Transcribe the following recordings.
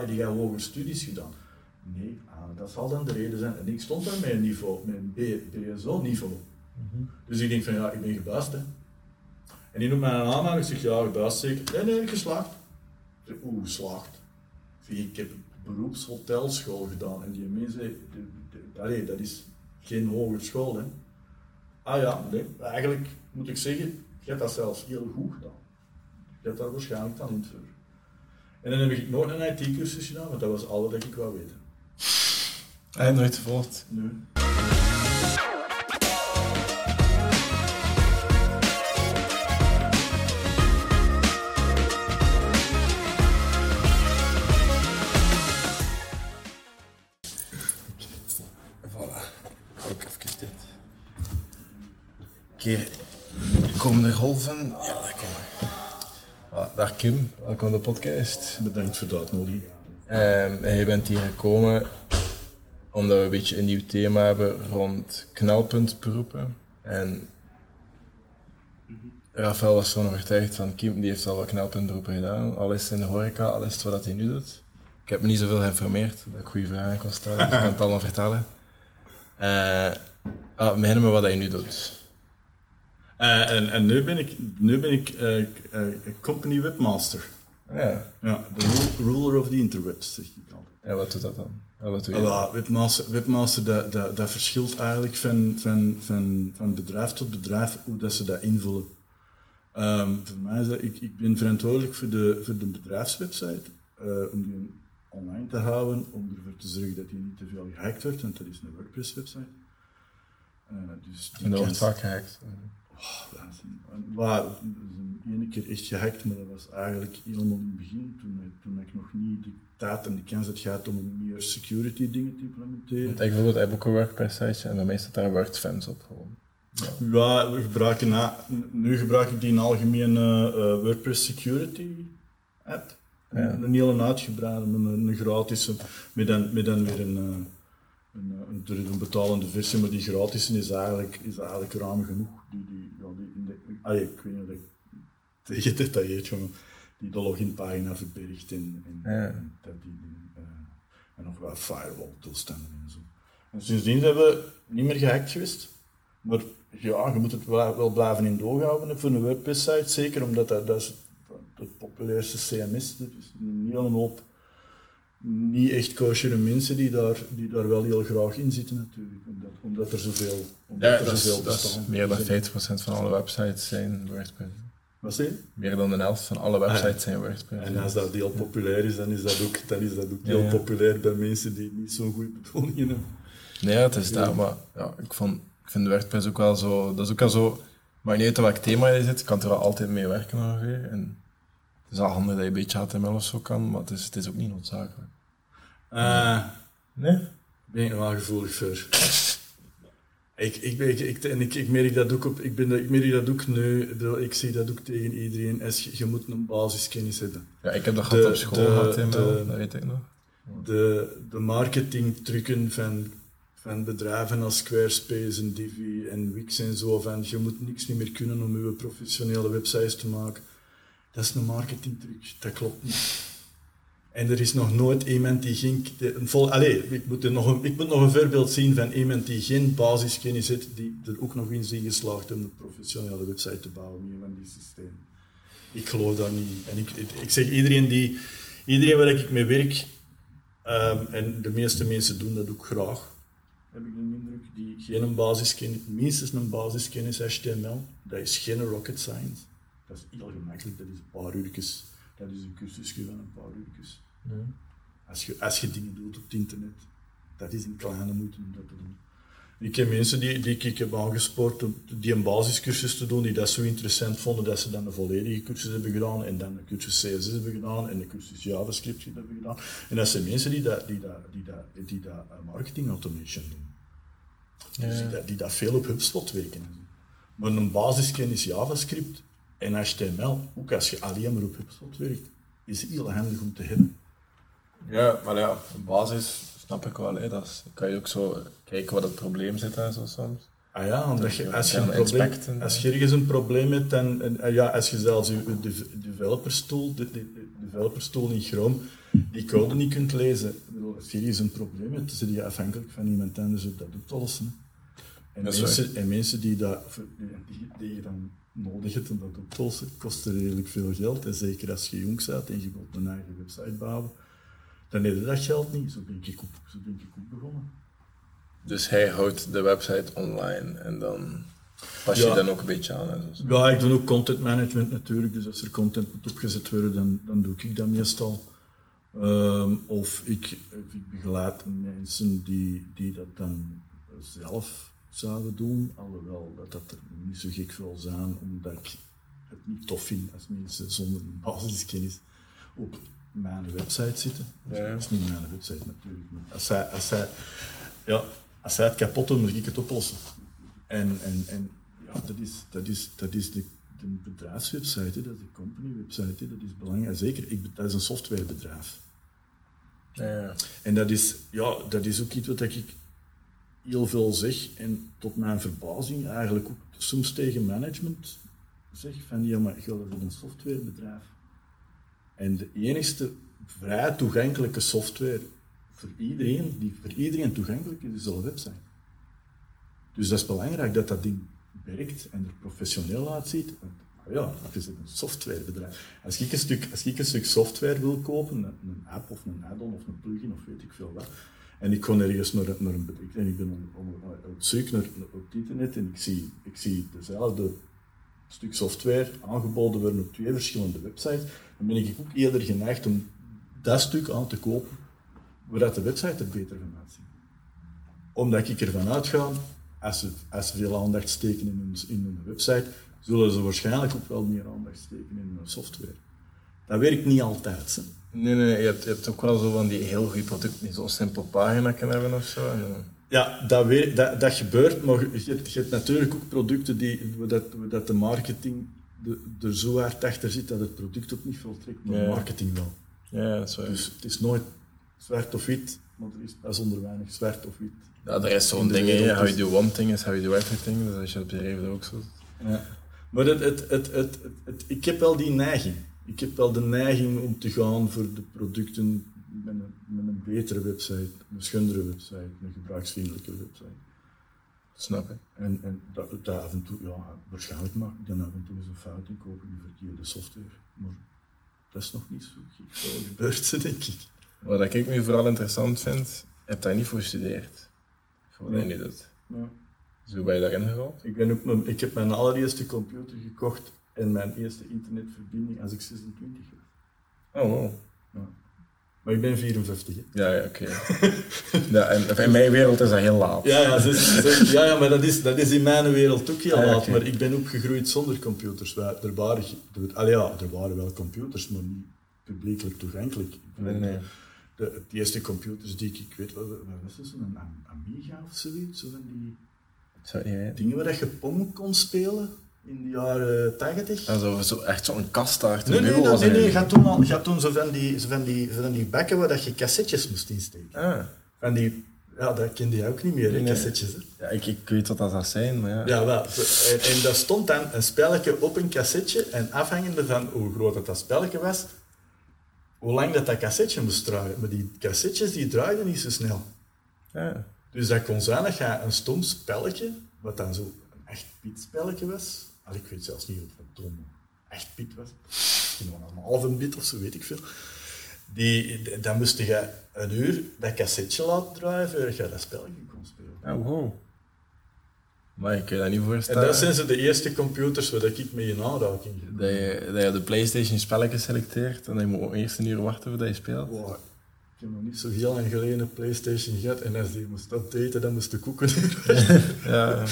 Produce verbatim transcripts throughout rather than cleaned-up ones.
die gaan hogere studies gedaan. Nee, ah, dat zal dan de reden zijn. En ik stond daar met een niveau, met een B S O-niveau. Mm-hmm. Dus ik denk van ja, ik ben gebuist. Hè. En die noemt mij een aanmaak, ik zeg ja, gebuist zeker. Nee, nee, geslaagd. Ik zeg, oeh, geslaagd. Ik, zeg, ik heb beroepshotelschool gedaan en die mensen, allee, dat is geen hogeschool. Hè. Ah ja, nee, eigenlijk moet ik zeggen, je hebt dat zelfs heel goed gedaan. Je hebt daar waarschijnlijk talent voor. En dan heb ik nooit een I T-cursus gedaan, want dat was alles dat ik wou weten. Hij heeft nooit gevolgd? Nee. Oké, komen er golven? Ja, daar komen. Ah, dag Kim, welkom op de podcast. Bedankt voor de uitnodiging. Um, en je bent hier gekomen omdat we een beetje een nieuw thema hebben rond knelpuntberoepen. En Rafael was ervan overtuigd van Kim, die heeft al wat knelpuntberoepen gedaan. Al is het in de horeca, al is het wat hij nu doet. Ik heb me niet zoveel geïnformeerd, dat ik goede vragen kon stellen, dus ik kan het allemaal vertellen. Uh, ah, beginnen met wat hij nu doet. Uh, en, en nu ben ik, nu ben ik uh, uh, company webmaster. Ja. Ja, de ruler of the interwebs, zeg ik al. Ja, wat doet dat dan? Ja, wat doe je? Uh, webmaster, webmaster dat, dat, dat verschilt eigenlijk van, van, van, van bedrijf tot bedrijf, hoe dat ze dat invullen. Um, voor mij is dat, ik, ik ben verantwoordelijk voor de, voor de bedrijfswebsite, uh, om die online te houden, om ervoor te zorgen dat die niet te veel gehackt wordt, want dat is een WordPress-website. Uh, dus en dat wordt vaak gehackt. Oh, dat is een, waar, dat is een ene keer echt gehackt, maar dat was eigenlijk helemaal in het begin, toen, toen ik nog niet de tijd en de kans had gehad om meer security dingen te implementeren. Want ik bijvoorbeeld heb ook een WordPress-site en dan meestal daar WordFans op gewoon. Ja, ja we gebruiken na, nu gebruik ik die een algemene uh, WordPress security app. Ja. Een, een hele uitgebreide, een, een gratis, met dan, met dan weer een, een, een, een, een betalende versie, maar die gratis is eigenlijk, is eigenlijk ruim genoeg. Die, die, ja, die, de, ah, ja, ik weet niet of ik het gedetailleerd gewoon die de loginpagina verbergt en, en, ja. en, dat die, uh, en nog wel firewall toestanden en zo. En sindsdien zijn we niet meer gehackt geweest. Maar ja, je moet het wel blijven in doog houden voor een WordPress-site, zeker omdat dat, dat is het, het populairste C M S. Er is een hele hoop niet echt kosher mensen die daar, die daar wel heel graag in zitten natuurlijk, omdat, omdat er zoveel omdat ja, er dat zoveel is, dat is meer dan vijftig procent van alle websites zijn WordPress. Wat zeg je? Meer dan de helft van alle websites ah, zijn WordPress. En als dat heel populair is, dan is dat ook, dan is dat ook heel ja. populair bij mensen die niet zo'n goede bedoelingen hebben. Nee, het is dat, maar ja, ik, vond, ik vind WordPress ook wel zo, dat is ook wel zo, maar niet uit welk thema je zit, je kan er wel altijd mee werken ongeveer. En het is wel handig dat je een beetje H T M L of zo kan, maar het is, het is ook niet noodzakelijk. Uh, nee? Ben ik nog wel gevoelig voor. ik, ik, ik, ik, en ik, ik merk dat ook op, ik, ben, ik merk dat ook nu, ik zie dat ook tegen iedereen, als je, je moet een basiskennis hebben. Ja, ik heb dat gehad op school, H T M L, de, dat weet ik nog. De, de marketingtrucken van, van bedrijven als Squarespace en Divi en Wix en zo, van je moet niks niet meer kunnen om je professionele websites te maken. Dat is een marketingtruc, dat klopt niet. En er is nog nooit iemand die geen... Vol, allez, ik, moet er nog een, ik moet nog een voorbeeld zien van iemand die geen basiskennis heeft, die er ook nog in is geslaagd om een professionele website te bouwen met een van die systemen. Ik geloof dat niet. En ik, ik zeg iedereen die... Iedereen waar ik mee werk, um, en de meeste mensen doen dat ook graag, heb ik de indruk, die geen basiskennis, minstens een basiskennis H T M L, dat is geen rocket science. Dat is heel gemakkelijk, dat is een paar uurtjes. Dat is een cursusje van een paar uurtjes. Ja. Als, je, als je dingen doet op het internet, dat is een kleine moeite om dat te doen. Ik ken mensen die, die ik heb aangespoord om die een basiscursus te doen, die dat zo interessant vonden dat ze dan een volledige cursus hebben gedaan en dan een cursus C S S hebben gedaan en een cursus JavaScript hebben gedaan. En dat zijn mensen die dat, die dat, die dat, die dat marketing automation doen. Ja. Dus die dat, die dat veel op HubSpot werken. Maar een basiskennis JavaScript en H T M L, ook als je alleen maar op HubSpot werkt, is heel handig om te hebben. Ja, maar ja, een basis snap ik wel. Hè. Dat is, kan je ook zo kijken wat het probleem zit en zo soms. Ah ja, omdat je, als, je een probleem, als je ergens een probleem hebt, en, en ja, als je zelfs je de, developers tool, de, de, de developerstool in Chrome die code niet kunt lezen. Ik bedoel, als je een probleem hebt, dan zit je afhankelijk van iemand anders om dat op te lossen. En mensen, en mensen die, dat, die, die je dan nodig hebt om dat op te lossen, kosten redelijk veel geld. En zeker als je jong bent en je wilt een eigen website bouwen, dan heb je dat geld niet. Zo ben ik ook, zo ben ik ook begonnen. Dus hij houdt de website online en dan pas je ja. dan ook een beetje aan. En zo. Ja, ik doe ook content management natuurlijk. Dus als er content moet opgezet worden, dan, dan doe ik dat meestal. Um, of ik, ik begeleid mensen die, die dat dan zelf zouden doen, alhoewel dat, dat er niet zo gek veel zijn, omdat ik het niet tof vind als mensen zonder basiskennis op mijn website zitten. Dus ja. Dat is niet mijn website natuurlijk. Maar als zij, als zij, ja, als zij het kapot doen, moet ik het oplossen. En, en, en ja, dat is, dat is, dat is de, de bedrijfswebsite, dat is de company website, dat is belangrijk. Zeker, ik, dat is een softwarebedrijf. Ja. En dat is, ja, dat is ook iets wat ik heel veel zeg en tot mijn verbazing eigenlijk ook soms tegen management zeg van ja, maar je bent een softwarebedrijf. En de enigste vrij toegankelijke software voor iedereen, die voor iedereen toegankelijk is, is een website. Dus dat is belangrijk dat dat ding werkt en er professioneel uitziet. Ja, het is een softwarebedrijf. Als ik een stuk, als ik een stuk software wil kopen, een, een app of een add-on of een plugin of weet ik veel wat, en ik ga ergens naar, naar een bedrijf en ik ben on, on, on, op zoek naar, op het internet en ik zie, ik zie dezelfde stuk software aangeboden worden op twee verschillende websites, dan ben ik ook eerder geneigd om dat stuk aan te kopen, waar de website er beter van uitziet. Omdat ik ervan uitga, als ze, als ze veel aandacht steken in een, in een website, zullen ze waarschijnlijk ook wel meer aandacht steken in een software. Dat werkt niet altijd. Hè. Nee, nee, je hebt, je hebt ook wel zo van die heel goede producten die zo'n simpel pagina kunnen hebben of zo. En, uh... Ja, dat, weer, dat, dat gebeurt, maar je hebt, je hebt natuurlijk ook producten die, waar dat, waar dat de marketing de, er zo hard achter zit dat het product ook niet veel trekt, maar ja. de marketing wel. Ja, dat is waar. Dus het is nooit zwart of wit, maar er is best onder weinig zwart of wit. Ja, er is zo'n ding, hè. How you do one thing is how you do everything, dus als je dat bedrijf ook zo. Ja. Maar het, het, het, het, het, het, ik heb wel die neiging. Ik heb wel de neiging om te gaan voor de producten met een, met een betere website, een schundere website, een gebruiksvriendelijke website. Snap ik. En, en dat, dat af en toe, ja, waarschijnlijk maak ik dan af en toe eens een fout in kopen die verkeerde software. Maar dat is nog niet zo gek veel gebeurd, denk ik. Wat ik nu vooral interessant vind, heb daar niet voor gestudeerd. Voor wat je niet doet. Ja. Dus hoe ben je daarin gerold? Ik, ben ook mijn, ik heb mijn allereerste computer gekocht en mijn eerste internetverbinding als ik zesentwintig was. Oh, wow. Ja. Maar ik ben vierenvijftig. Hè. Ja, ja, oké. Okay. Ja, en in mijn wereld is dat heel laat. Ja, ja, zes, zes, ja, ja maar dat is, dat is in mijn wereld ook heel ah, ja, laat. okay. Maar ik ben opgegroeid zonder computers. Er waren, allee, ja, er waren wel computers, maar niet publiekelijk toegankelijk. Nee, nee. De, de eerste computers die ik, ik weet wat, wat was dat, een Amiga of zoiets? Zo van die Zou niet weten. dingen waar je Pong kon spelen in de jaren tachtig. Also, zo, echt zo'n kast daar. Nee, nee, nee, nee, nee. Je had toen, al, je had toen zo van die, zo van die, zo van die bakken waar dat je cassettes moest insteken. Ah. Van die, ja, dat kende je ook niet meer, hè, nee. cassettes. Hè. Ja, ik, ik weet wat dat zou zijn, maar ja. Ja, wel. En, en daar stond dan een spelletje op een cassetje en afhangende van hoe groot dat, dat spelletje was, hoe lang dat, dat cassetje moest draaien. Maar die cassetjes die draaiden niet zo snel. Ja. Dus dat kon zijn dat je een stom spelletje, wat dan zo een echt Piet spelletje was. Al, ik weet zelfs niet of het dom echt Piet was. Misschien wel een halve bit of zo, weet ik veel. Die, dan moest je een uur dat cassetje laten draaien voordat je dat spelletje kon spelen. Oh, wow. Maar ik kan je dat niet voorstellen. En dat zijn ze de eerste computers waar ik mee in aanraking heb. Dat je, dat je de PlayStation spelletjes selecteert en dan moet je ook eerst een uur wachten voordat je speelt. Wow. Ik heb nog niet zo heel lang geleden een PlayStation gehad en als die moest updaten, dan moest de koeken er. Ja,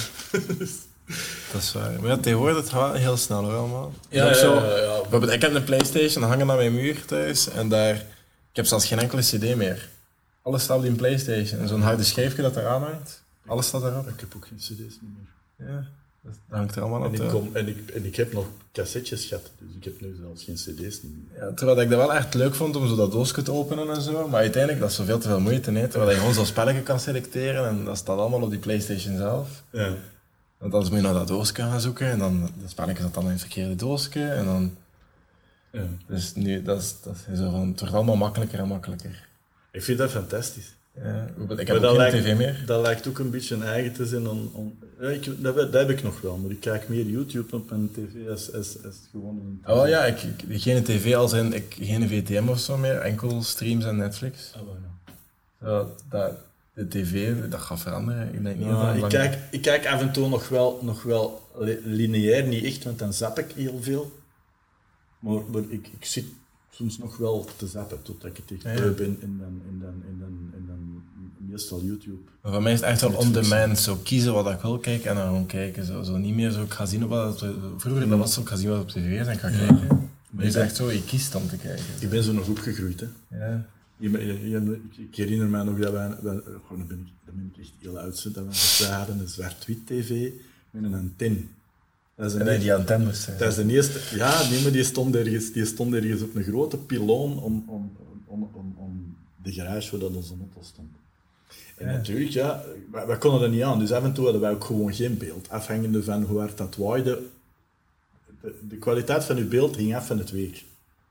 dat is waar. Maar ja, tegenwoordig het gaat heel snel hoor allemaal. Ja, ja, zo, ja, ja. Bijvoorbeeld, ik heb een PlayStation hangen aan mijn muur thuis en daar, ik heb zelfs geen enkele cd meer. Alles staat op die PlayStation en zo'n harde schijfje dat eraan hangt, alles staat erop. Ik heb ook geen cd's niet meer. Ja, dat hangt er allemaal op. En ik, kom, en, ik, en ik heb nog cassettes gehad, dus ik heb nu zelfs geen cd's niet meer. Ja, terwijl ik dat wel echt leuk vond om zo dat doosje te openen en zo, maar uiteindelijk dat is zoveel te veel moeite, hè, terwijl je gewoon zo'n spelletje kan selecteren en dat staat allemaal op die PlayStation zelf. Ja. Want anders moet je naar dat doosje gaan zoeken en dan de spelletje zat dan in het verkeerde doosje en dan... Ja. Dus nu, dat is, dat is zo van, het wordt allemaal makkelijker en makkelijker. Ik vind dat fantastisch. Ja, ik heb Maar ook dat geen lijkt, tv meer. dat lijkt ook een beetje een eigen te zijn. Om, om, ja, ik, dat, dat heb ik nog wel, maar ik kijk meer YouTube op mijn tv als, als, als gewoon een tv. Oh ja, ik, ik, geen tv als in, ik, geen V T M of zo meer, enkel streams en Netflix. Ah, wel, ja. Zo, dat, de tv, dat gaat veranderen. Ik denk niet dat Ja, dat ik, lang- kijk, ik kijk af en toe nog wel, nog wel li- lineair, niet echt, want dan zap ik heel veel. Maar, maar ik, ik zit soms nog wel te zappen totdat ik het echt Ja, beu ja. ben en dan, en, dan, en, dan, en dan meestal YouTube. Maar voor mij is het echt wel on Netflix. demand, zo kiezen wat ik wil kijken en dan gewoon kijken. Zo, zo niet meer zo, ik ga zien op wat, vroeger dat was zo, ik ga zien wat op tv is en ik ga kijken. Maar het is echt zo, je kiest om te kijken. Zo. Ik ben zo nog opgegroeid, hè. Ja. Je, je, je- ik, ik herinner me nog dat wij, wij oh, dan, ben ik, dan ben ik echt heel oud, zo, dat wij, wij hadden een zwart-wit tv met een antenne. Dat is En een dat je die antenne moest zijn. Dat is de eerste, ja, nee, maar die stond ergens, die stond ergens op een grote piloon om, om, om, om, om de garage waar dat onze auto stond. En Ja. natuurlijk, ja, wij, wij konden er niet aan, dus af en toe hadden wij ook gewoon geen beeld. Afhangende van hoe hard dat waaide, de, de kwaliteit van uw beeld hing af van het weer.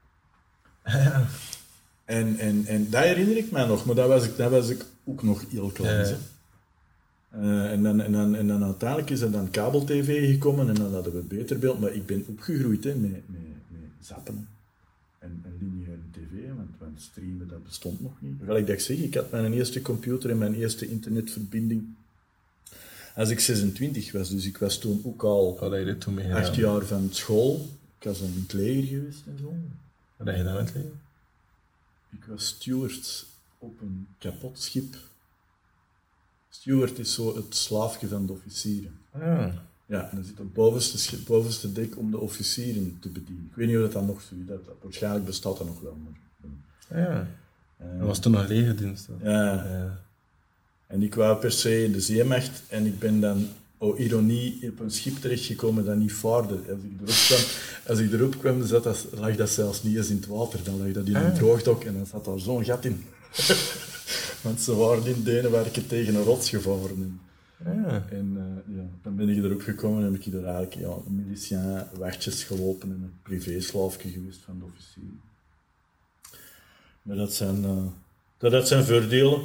Ja. En, en, en dat herinner ik mij nog, maar dat was ik, dat was ik ook nog heel klein. Ja. hè. Eh, en, dan, en, dan, en dan uiteindelijk is er dan kabel-tv gekomen en dan hadden we beter beeld. Maar ik ben opgegroeid hè, met, met, met zappen en, en lineaire tv, want, want streamen dat bestond nog niet. Gelijk dat ik zeg, ik had mijn eerste computer en mijn eerste internetverbinding als ik zesentwintig was. Dus ik was toen ook al Wat heb je dit toen mee acht gedaan? jaar van school. Ik was dan in het leger geweest en zo. Wat heb je gedaan in het leven? Ik was steward op een kapot schip. Steward is zo het slaafje van de officieren. Ah, Ja, en dan zit op het bovenste, schip- bovenste dek om de officieren te bedienen. Ik weet niet of dat dan nog zo is. Dat, dat- waarschijnlijk bestaat dat nog wel. Maar, ja. eh, Dat was toen nog legerdienst. dan. ja, Ja. en ik wou per se in de zeemacht en ik ben dan, oh ironie, op een schip terechtgekomen dat niet vaarde. Als ik erop kwam, als ik erop kwam zat dat, lag dat zelfs niet eens in het water. Dan lag dat in een Ah. droogdok en dan zat daar zo'n gat in. Want ze waren in Denemarken tegen een rots gevaren. Ja. En eh, ja, dan ben ik erop gekomen en heb ik er eigenlijk ja, een milicien wachtjes gelopen en een privéslaafje geweest van de officier. Maar dat zijn, eh, dat, dat zijn voordelen.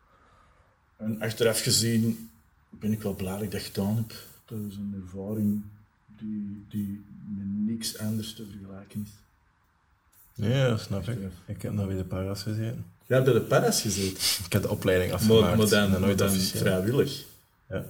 En achteraf gezien ben ik wel blij dat ik dat gedaan heb. Dat is een ervaring die, die met niks anders te vergelijken is. Ja, dat snap ik. Ik heb nog bij de paras gezeten. Jij hebt bij de Paras gezeten, Ik heb de opleiding afgemaakt. maar, maar dan, en maar nooit dan officieel. vrijwillig. Ja.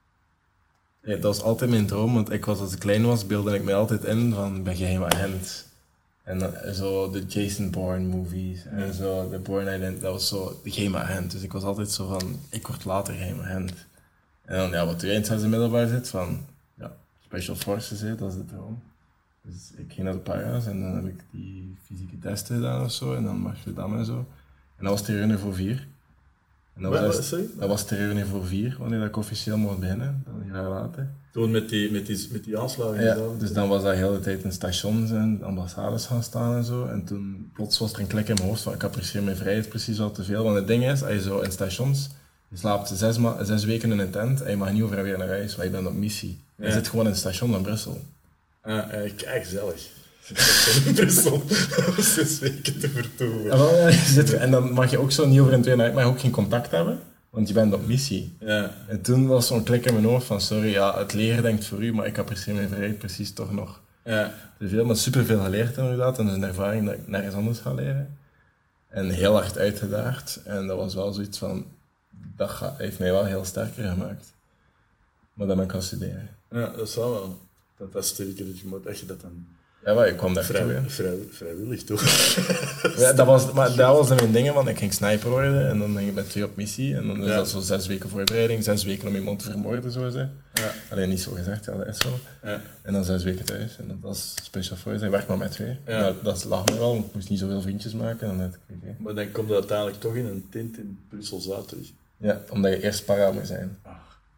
Ja, dat was altijd mijn droom, want ik was, als ik klein was, beeldde ik mij altijd in van ik ben geheim agent. En dan, zo de Jason Bourne movies en Ja. zo, de Bourne Identity, dat was zo de geheim agent. Dus ik was altijd zo van, ik word later geheim agent. En dan, ja, wat u eens in de middelbaar zit, van, ja, Special Forces, hè, dat is de droom. Dus ik ging naar de para's en dan heb ik die fysieke testen gedaan of zo, en dan Amsterdam en zo. En dat was terreurniveau vier. En dat Wat, was, wat, sorry? dat was terreurniveau vier, wanneer dat ik officieel mocht beginnen, dan een jaar later. Toen met die, met die, met die aanslagen. Ja, en zo. dus dan was dat de hele tijd in stations en ambassades gaan staan en zo. En toen plots was er een klik in mijn hoofd van ik apprecieer mijn vrijheid precies al te veel. Want het ding is, als je zo in stations, je slaapt zes, ma- zes weken in een tent en je mag niet overal weer naar huis, want je bent op missie. Je Ja. zit gewoon in het station in Brussel. Ah, eh, kijk, gezellig. Ik zit in Brussel om zes weken te vertoeven. En, wel, ja, je zit, en dan mag je ook zo niet over en twee naar huis, mag je ook geen contact hebben, want je bent op missie. Ja. En toen was zo'n klik in mijn hoofd van sorry, ja, het leger denkt voor u, maar ik apprecieer mijn vrijheid precies toch nog. Ja. te veel, maar superveel geleerd inderdaad. En dat is een ervaring dat ik nergens anders ga leren. En heel hard uitgedaagd. En dat was wel zoiets van, dat ga- heeft mij wel heel sterker gemaakt. Maar dan ben ik gaan studeren. Ja, dat zou wel. Dat, dat is sterker dat je, moet- dat je dat dan Ja, maar ik kwam daar toe. vrij, hè. vrij, vrijwillig doet. Ja, dat was, maar dat was dan mijn dingen, want ik ging sniper worden en dan ging je met twee op missie. En dan is Ja. dat zo zes weken voorbereiding, zes weken om iemand te vermoorden, zo ze. Ja. Alleen niet zo gezegd, ja, dat is zo. Ja. En dan zes weken thuis. En dat was special forces. Ik werk maar met twee. Ja. Nou, dat lag me wel, want ik moest niet zoveel vriendjes maken. En dan dacht ik, oké. Maar dan komt dat uiteindelijk toch in een tent in Brussel-Zuid terug. Ja, omdat je eerst para moet zijn. Ah.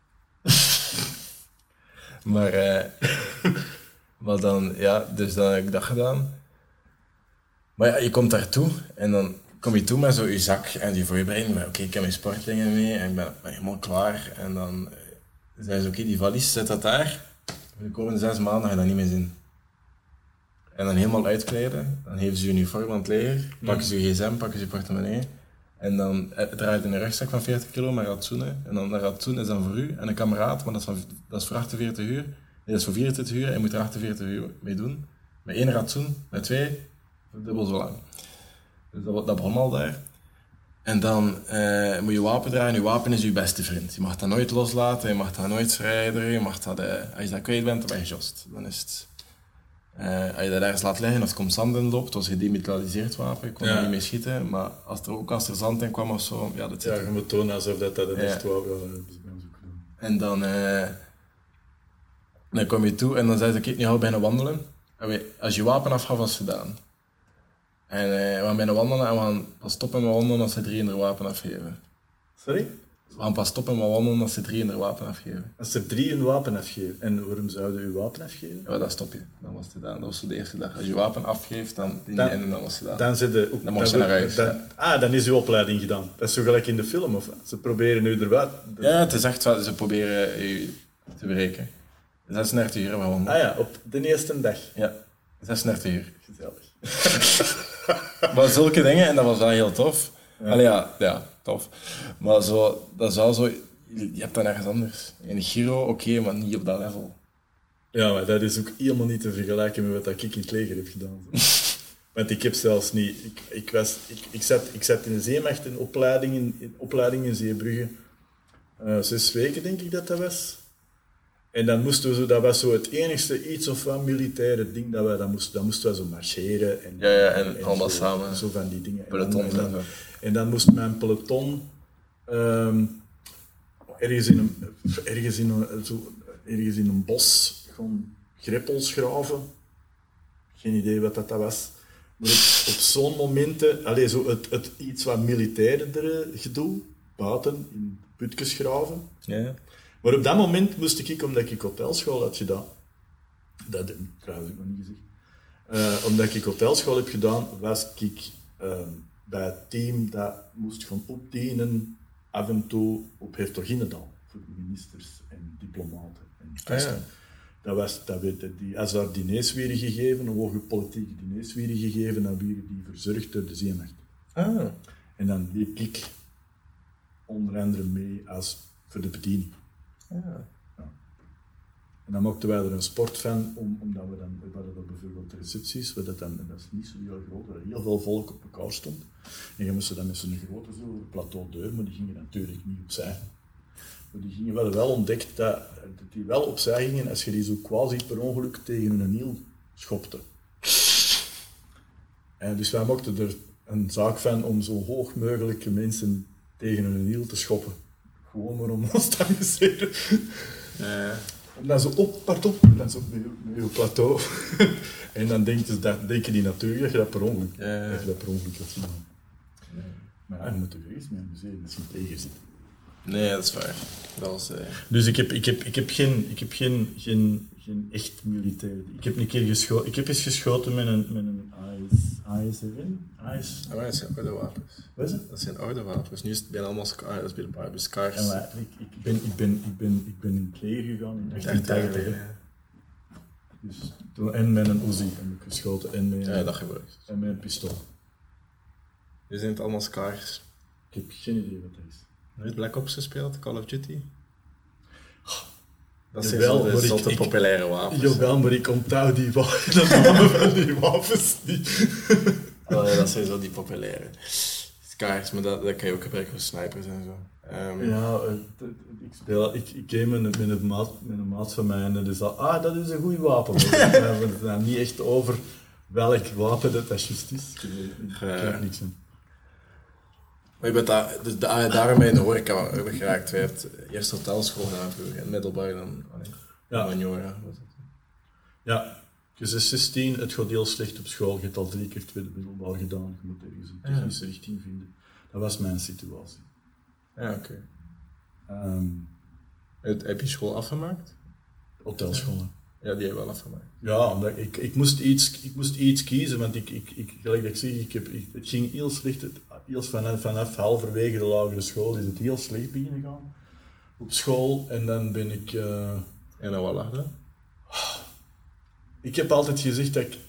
Maar, eh, maar dan, ja, dus dan heb ik dat gedaan. Maar ja, je komt daartoe en dan kom je toe met zo je zak en die voorbereiding. Maar oké, ik heb mijn sportdingen mee en ik ben, ben helemaal klaar. En dan eh, zei ze, oké, die valies, zet dat daar. Voor de komende zes maanden ga je dat niet meer zien. En dan helemaal uitkleden. Dan geven ze je uniform aan het leger. Pakken ze je gsm, pakken ze je portemonnee. En dan eh, draait in een rugzak van veertig kilo met ratsoenen. En dan dat ratsoen is dan voor u en een kameraad, maar dat is, van, dat is voor achtenveertig uur. Nee, dat is voor vierentwintig uur en je moet er achtenveertig uur mee doen. Met één ratsoen, met twee, dubbel zo lang. Dus dat, dat begon al daar. En dan eh, moet je wapen dragen. Je wapen is je beste vriend. Je mag dat nooit loslaten, je mag dat nooit verwijderen. Je mag dat, eh, als je dat kwijt bent, dan ben je gejost. Dan is het... Uh, als je dat ergens laat liggen of er komt zand in loopt, het was een gedemilitariseerd wapen, ik kon ja. er niet mee schieten, maar als er ook als er zand in kwam of zo, ja, dat zit ja, je moet tonen alsof dat, dat een ja. echt wapen was. En dan, uh, dan kom je toe en dan zei ze, kijk, nu gaan we bijna wandelen. En we, als je wapen afgaf, was het gedaan. En uh, we gaan bijna wandelen en we gaan pas stoppen met wandelen als ze drie hun wapen afgeven. Sorry? We gaan pas stoppen met wandelen als ze drie hun wapen afgeven. Als ze drie hun wapen afgeven? En waarom zouden ze uw wapen afgeven? Ja, dan stop je. Dan was het gedaan. Dat was zo de eerste dag. Als je wapen afgeeft, dan dien je in en dan was het gedaan. Dan, de, ook, dan mocht je naar huis. Dan, ah, dan is uw opleiding gedaan. Dat is zo gelijk in de film, of wat? Ze proberen nu eruit... Ja, het is echt wat ze proberen je te bereiken. zesendertig uur hebben we wandelen. Ah ja, op de eerste dag. Ja, zesendertig uur. Gezellig. Maar zulke dingen, en dat was wel heel tof. Ja. Allee, ja, ja, tof. Maar zo, dat is wel zo... Je hebt dat nergens anders. In Giro, oké, okay, maar niet op dat level. Ja, maar dat is ook helemaal niet te vergelijken met wat ik in het leger heb gedaan. Want ik heb zelfs niet... Ik, ik, was, ik, ik, zat, ik zat in de Zeemacht in opleiding in, in, opleiding in Zeebrugge. Uh, zes weken, denk ik dat dat was. En dan moesten we zo... Dat was zo het enigste iets of wat militaire ding dat wij... Dan moesten, dan moesten we zo marcheren. En, ja, ja, en, en allemaal zo, samen. Zo van die dingen. Peloton. En dan, en dan, en dan moest mijn peloton... Um, ergens in een... Ergens in een, zo, ergens in een bos... Gewoon greppels graven. Geen idee wat dat, dat was. Maar op, op zo'n momenten, allez, zo het, het iets wat militairder gedoe, buiten in putjes graven. Ja. Maar op dat moment moest ik, omdat ik hotelschool had gedaan, dat heb ik trouwens ook nog niet gezegd, uh, omdat ik hotelschool heb gedaan, was ik uh, bij het team dat moest gaan opdienen, af en toe op Hertoginnedal, voor ministers en diplomaten. En ah, ja. Dat was, dat werd, die, als daar diners werden gegeven, hoge politieke diners werden gegeven, dan werden die verzorgd door de Zeemacht. Ah. En dan liep ik onder andere mee als voor de bediening. Ah. Ja. En dan maakten wij er een sport van, om, omdat we dan, we hadden dan bijvoorbeeld recepties, waar dat, dan, dat is niet zo heel groot, waar heel veel volk op elkaar stond. En je moest dan met zo'n grote zo, plateau deur, maar die gingen natuurlijk niet opzij. Maar die gingen wel, wel ontdekt dat, dat die wel opzij gingen als je die zo quasi per ongeluk tegen een hiel schopte. En dus wij maakten er een zaak van om zo hoog mogelijke mensen tegen een hiel te schoppen. Gewoon maar om ons te amuseren. Ja. En dan zo op, pardon, dan zo met, met je plateau. En dan denk je, dat, denken die natuurlijk dat je dat per ongeluk, ja. dat je dat per ongeluk had gedaan. Ja. Maar ja, je moet er eens mee amuseren als je tegen zit. Nee, dat is waar. Dat was, uh... Dus ik heb, ik heb, ik heb, geen, ik heb geen, geen, geen echt militair. Ik heb een keer geschoten. Ik heb eens geschoten met een, met een A S R N. A S... Ah, maar dat zijn oude wapens. Wat is het? Dat zijn oude wapens. Nu is het bijna allemaal scar, dat is bij de Barbie Scars. Ja, maar ik, ik, ben, ik, ben, ik, ben, ik ben in het leger gegaan in negentien tachtig. Ja. Dus, en met een Uzi heb ik geschoten. En met, ja, dat gebeurt. En met een pistool. Nu zijn het allemaal Scars. Ik heb geen idee wat dat is. Nooit Black Ops gespeeld, Call of Duty? Dat zijn jawel, zo de zotte populaire wapens. Jawel, maar ik onthoud die wapens, de namen van die wapens niet. Oh, ja, dat zijn zo die populaire. Scars, maar dat, dat kan je ook gebruiken voor snipers en zo. Um, ja, uh, ik speel, ik, ik game met, met, een maat, met een maat van mij en dat is al, ah, dat is een goed wapen. We hebben het dan niet echt over welk wapen dat dat juist is. Ik weet niks van. Maar je bent daar, dus da, daarom ben je in de horeca geraakt. Je hebt eerst hotelschool gedaan vroeger, en middelbaar dan ja. Manjora. Ja, je bent zestien, het gaat heel slecht op school, je hebt al drie keer tweede middelbaar gedaan, je moet ergens een technische ja. richting vinden. Dat was mijn situatie. Ja, oké. Okay. Um, heb je school afgemaakt? Hotelschool. Ja, die heb je wel afgemaakt. Ja, omdat ik, ik, moest iets, ik moest iets kiezen, want ik, ik, ik, gelijk dat ik zeg, ik heb, ik, het ging heel slecht. Het, heel vanaf, vanaf halverwege de lagere school is het heel slecht beginnen gaan op school. En dan ben ik... Uh, en dan wat lag dat? Ik heb altijd gezegd dat ik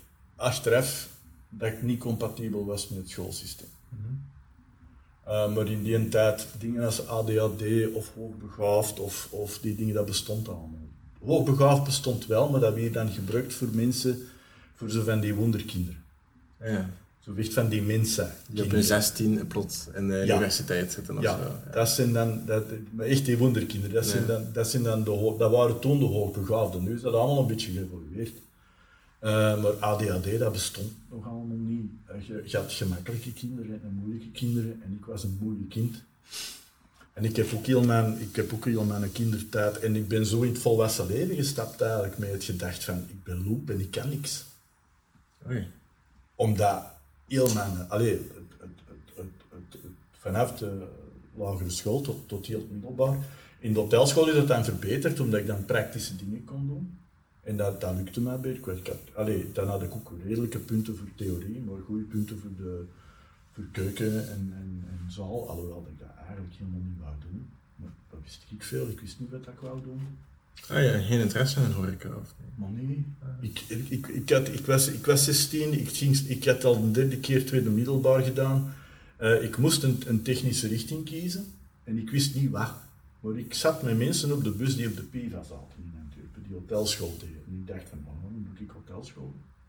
achteraf dat ik niet compatibel was met het schoolsysteem. Mm-hmm. Uh, maar in die tijd, dingen als A D H D of hoogbegaafd of, of die dingen, dat bestond allemaal. Hoogbegaafd bestond wel, maar dat werd dan gebruikt voor mensen, voor zo van die wonderkinderen. Ja. Zo echt van die mensen. Die op hun zestien plots in de ja. universiteit zitten of ja. zo. Ja, dat zijn dan, dat, maar echt die wonderkinderen, dat, ja. zijn dan, dat, zijn dan de, dat waren toen de hoogbegaafden. Nu is dat allemaal een beetje geëvolueerd. Uh, maar A D H D, dat bestond nog allemaal niet. Uh, je, je had gemakkelijke kinderen en moeilijke kinderen en ik was een moeilijk kind. En ik heb ook heel mijn, ik heb ook heel mijn kindertijd en ik ben zo in het volwassen leven gestapt eigenlijk met het gedacht van ik ben loep en ik kan niks. Oei. Omdat heel mijn, allee, het, het, het, het, het, het, vanaf de lagere school tot, tot heel het middelbaar, in de hotelschool is het dan verbeterd omdat ik dan praktische dingen kon doen. En dat, dat lukte mij beter. Ik had, allee, dan had ik ook redelijke punten voor theorie, maar goede punten voor de voor keuken en, en, en zaal. Alhoewel dat ik dat eigenlijk helemaal niet wou doen. Maar dat wist ik veel. Ik wist niet wat ik wou doen. Ah ja, geen interesse in horeca of niet? Maar nee. Ik, ik, ik, ik, had, ik, was, ik was zestien, ik, ging, ik had al de derde keer tweede middelbaar gedaan. Uh, ik moest een, een technische richting kiezen en ik wist niet wat. Maar ik zat met mensen op de bus die op de P I V A zaten in Antwerpen, die hotelschool deden. En ik dacht van, waarom moet ik hotelschool?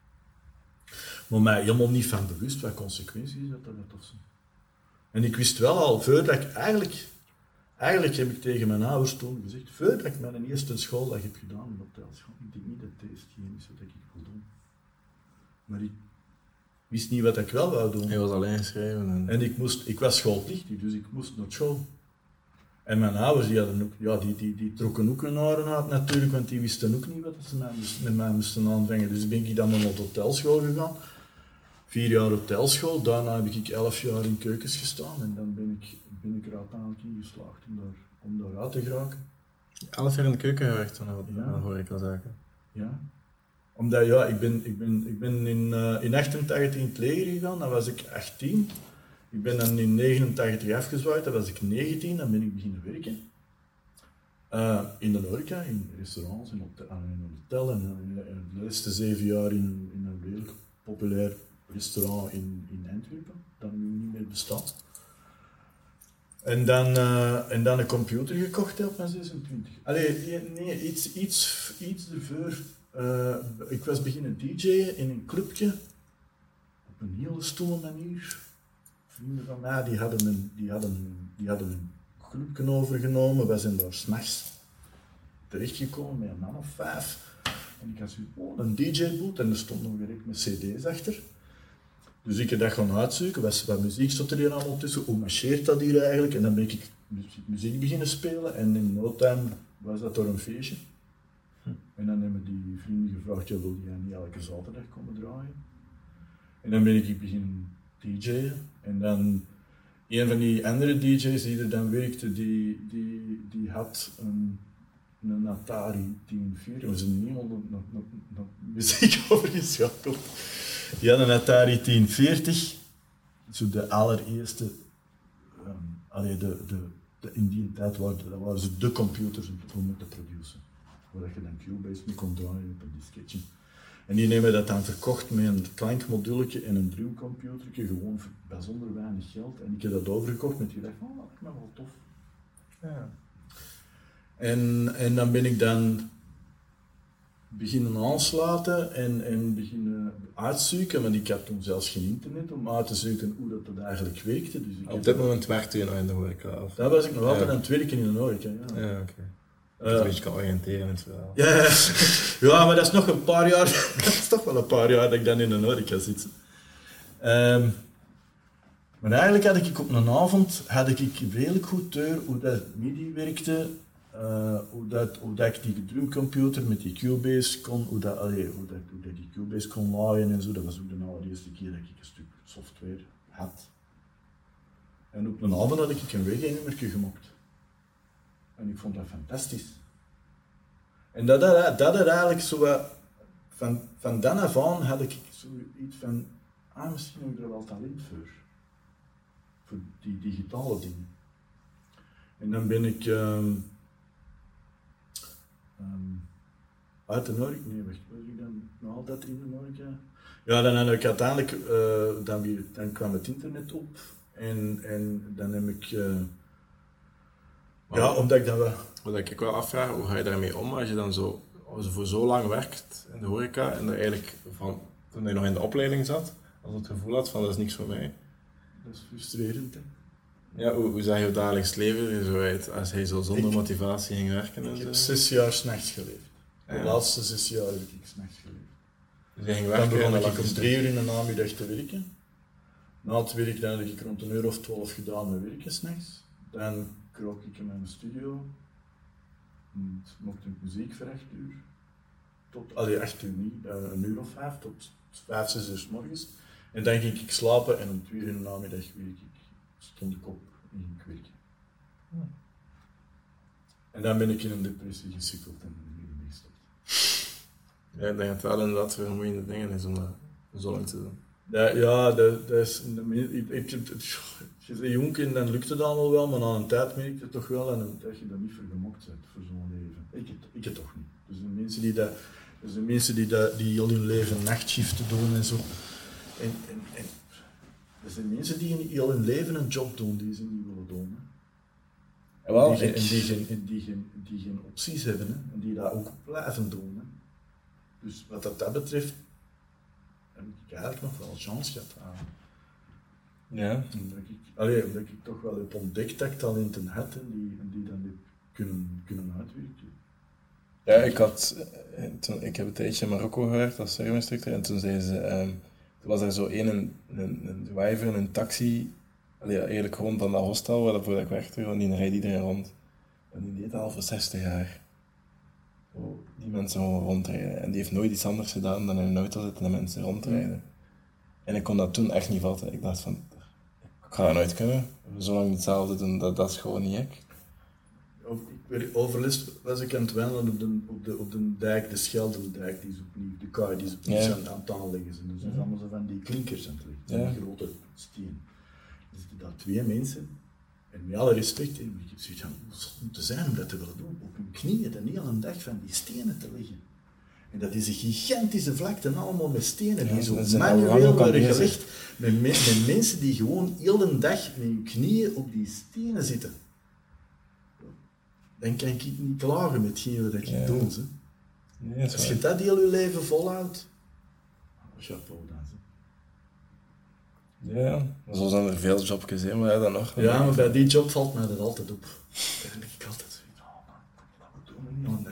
Maar mij helemaal niet van bewust wat consequenties dat dat had of zo. En ik wist wel al, voordat ik eigenlijk, eigenlijk heb ik tegen mijn ouders toen gezegd, voordat ik mijn eerste schooldag heb gedaan in hotelschool, ik denk niet dat deze hetgeen is wat ik wil doen. Maar ik wist niet wat ik wel wou doen. Hij was alleen geschreven. En, en ik, moest, ik was schoolplichtig, dus ik moest naar school. En mijn ouders die hadden ook, ja, die, die, die trokken ook hun haren uit natuurlijk, want die wisten ook niet wat ze mij, met mij moesten aanvangen. Dus ben ik dan naar de hotelschool gegaan. Vier jaar hotelschool, daarna heb ik elf jaar in keukens gestaan en dan ben ik, ben ik er uiteindelijk in geslaagd om daar, om daar uit te geraken. Elf jaar in de keuken gewerkt, dan ja. hoor ik wel zaken. Ja. Omdat ja, ik ben, ik ben, ik ben in, uh, in achtentachtig in het leger gegaan, dan was ik achttien. Ik ben dan in negenentachtig afgezwaaid, dan was ik negentien, dan ben ik beginnen werken. Uh, in de horeca, in restaurants, in hotel, in een hotel en in de laatste zeven jaar in, in een redelijk populair restaurant in, in Antwerpen, dat nu niet meer bestaat. En dan, uh, en dan een computer gekocht op mijn zesentwintig. Allee, nee, iets, iets, iets ervoor. Uh, ik was beginnen DJ'en in een clubje, op een hele stomme manier. Vrienden van mij die hadden een, die hadden, die hadden een clubje overgenomen, wij zijn daar 's nachts terechtgekomen met een man of vijf. En ik had zoiets, oh, een D J-boot en er stond nog direct met C D's achter. Dus ik heb dat gaan uitzoeken, wat, wat muziek stond er hier allemaal tussen, hoe marcheert dat hier eigenlijk? En dan ben ik muziek beginnen spelen en in no time was dat door een feestje. Hm. En dan hebben die vrienden gevraagd, ja, wil jij niet elke zaterdag komen draaien? En dan ben ik beginnen D J'en en dan een van die andere D J's die er dan werkte, die, die, die had een, een Atari tien veertig, we zijn niet onder muziek overgeschakeld. Die had een Atari tien veertig, zo de allereerste, um, allee, de, de, de, in die tijd waren, dat waren ze de computers om met te produceren. Waar je dan Cubase mee kon draaien op een disketje. En die hebben dat dan verkocht met een klankmoduletje en een drumcomputertje, gewoon voor bijzonder weinig geld. En ik heb dat overgekocht met die gedacht, oh, dat is me wel tof. Ja. En, en dan ben ik dan beginnen aansluiten en, en beginnen uitzoeken, want ik had toen zelfs geen internet om uit te zoeken hoe dat, dat eigenlijk werkte. Dus ik op dit moment werkte je nog in de horeca? Of? Daar was ik nog altijd ja. aan het werken in de horeca. Ja, ja oké. Okay. Uh, dat je een beetje kan oriënteren in het verhaal. Ja, ja. Ja, maar dat is nog een paar jaar, dat is toch wel een paar jaar dat ik dan in de horeca zit. Um, maar eigenlijk had ik op een avond had ik redelijk goed door hoe dat MIDI werkte, uh, hoe, dat, hoe dat ik die drumcomputer met die Cubase kon, hoe dat, allee, hoe dat, hoe dat die Cubase kon laaien en zo. Dat was ook de allereerste keer dat ik een stuk software had. En op een avond had ik een reggae-nummertje gemaakt. En ik vond dat fantastisch. En dat, dat, dat had eigenlijk zo wat, van, van dan af aan had ik zoiets van, ah, misschien heb ik er wel talent voor. Voor die digitale dingen. En dan ben ik um, um, uit de Noord, nee wacht, was ik dan nog altijd in de Noord? Ja, dan heb ik uiteindelijk, uh, dan, weer, dan kwam het internet op en, en dan heb ik, uh, ja, omdat ik dan wel... Wat ik wel afvraag, hoe ga je daarmee om als je dan zo, als je voor zo lang werkt in de horeca en er eigenlijk van, toen je nog in de opleiding zat, als je het gevoel had van dat is niks voor mij. Dat is frustrerend, hè. Ja, hoe, hoe zag je dagelijks leven er zo uit als hij zo zonder ik, motivatie ging werken? En ik zo? heb zes jaar 's nachts geleefd. De ja. laatste zes jaar heb ik 's nachts geleefd. Dus hij ging werken dan begon en ik om drie uur in de namiddag te werken. Na het werk dan heb ik rond een uur of twaalf gedaan met werken 's nachts. Dan kroop ik in mijn studio. En mocht ik muziek voor acht uur. Tot, allee, acht uur niet, een uur of vijf, tot vijf, zes uur 's morgens. En dan ging ik slapen en om twee uur in de namiddag werk ik. Stond ik op en ging ik werken. Ja. En dan ben ik in een depressie gesukkeld en ben ik ermee gestopt. Ja, ik denk dat het wel inderdaad vermoeiende dingen is om dat zo lang te doen. Ja, ja dat, dat is... Ik, ik, ik, als je bent jong en dan lukt het allemaal wel, maar na een tijd merk je het toch wel en dat je daar niet voor gemokt bent, voor zo'n leven. Ik het, ik het toch niet. Dus de mensen die dat... Dus de mensen die, dat, die heel hun leven nachtshiften doen en zo. En, en, en, er zijn mensen die in heel hun leven een job doen die ze niet willen doen. Hè. Wel, en die, ik... en die, geen, en die, geen, die geen opties hebben hè. En die dat ook blijven doen. Hè. Dus wat dat, dat betreft heb ik eigenlijk nog wel chance gehad aan. Ja. Omdat ik, allee, omdat ik toch wel heb ontdekt dat ik talenten had en die, en die dan heb kunnen, kunnen uitwerken. Ja, ik had, toen, ik heb een tijdje in Marokko gewerkt als servo-instructeur en toen zei ze, um, toen was er zo een, een, een driver in een taxi, allee, eigenlijk gewoon van dat hostel waarvoor ik werkte, want die rijdt iedereen rond. En die deed al voor zestig jaar. Zo, die mensen gewoon rondrijden. En die heeft nooit iets anders gedaan dan in een auto zitten en mensen rondrijden. En ik kon dat toen echt niet vatten. Ik dacht van, ik ga dat nooit kunnen. Zo lang hetzelfde doen, dat, dat is gewoon niet ik. Overlast was ik aan het wandelen op de, op de, op de dijk, de Schelderdijk, die is opnieuw, de kaai die is opnieuw ja. aan het aanleggen zijn. Dus er zijn allemaal zo van die klinkers aan het leggen, ja. die grote steen. Er zitten daar twee mensen, en met alle respect, ik heb zoiets van, hoe zou het moeten zijn om dat te willen doen, op hun knieën de hele dag van die stenen te leggen. En dat is een gigantische vlakte, allemaal met stenen, die ja, zo manueel worden gelegd, met, me, met mensen die gewoon heel de dag met hun knieën op die stenen zitten. Dan kan ik niet klagen met hetgeen wat ik ja. doe. Nee, als je dat heel je leven volhoudt, chapeau dan. Hè. Ja, zo zijn er veel jobjes, hè, maar ja, dan nog. Ja, maar bij die job valt mij dat altijd op. Dan denk ik altijd zo, oh man, dat doen we niet al een dag.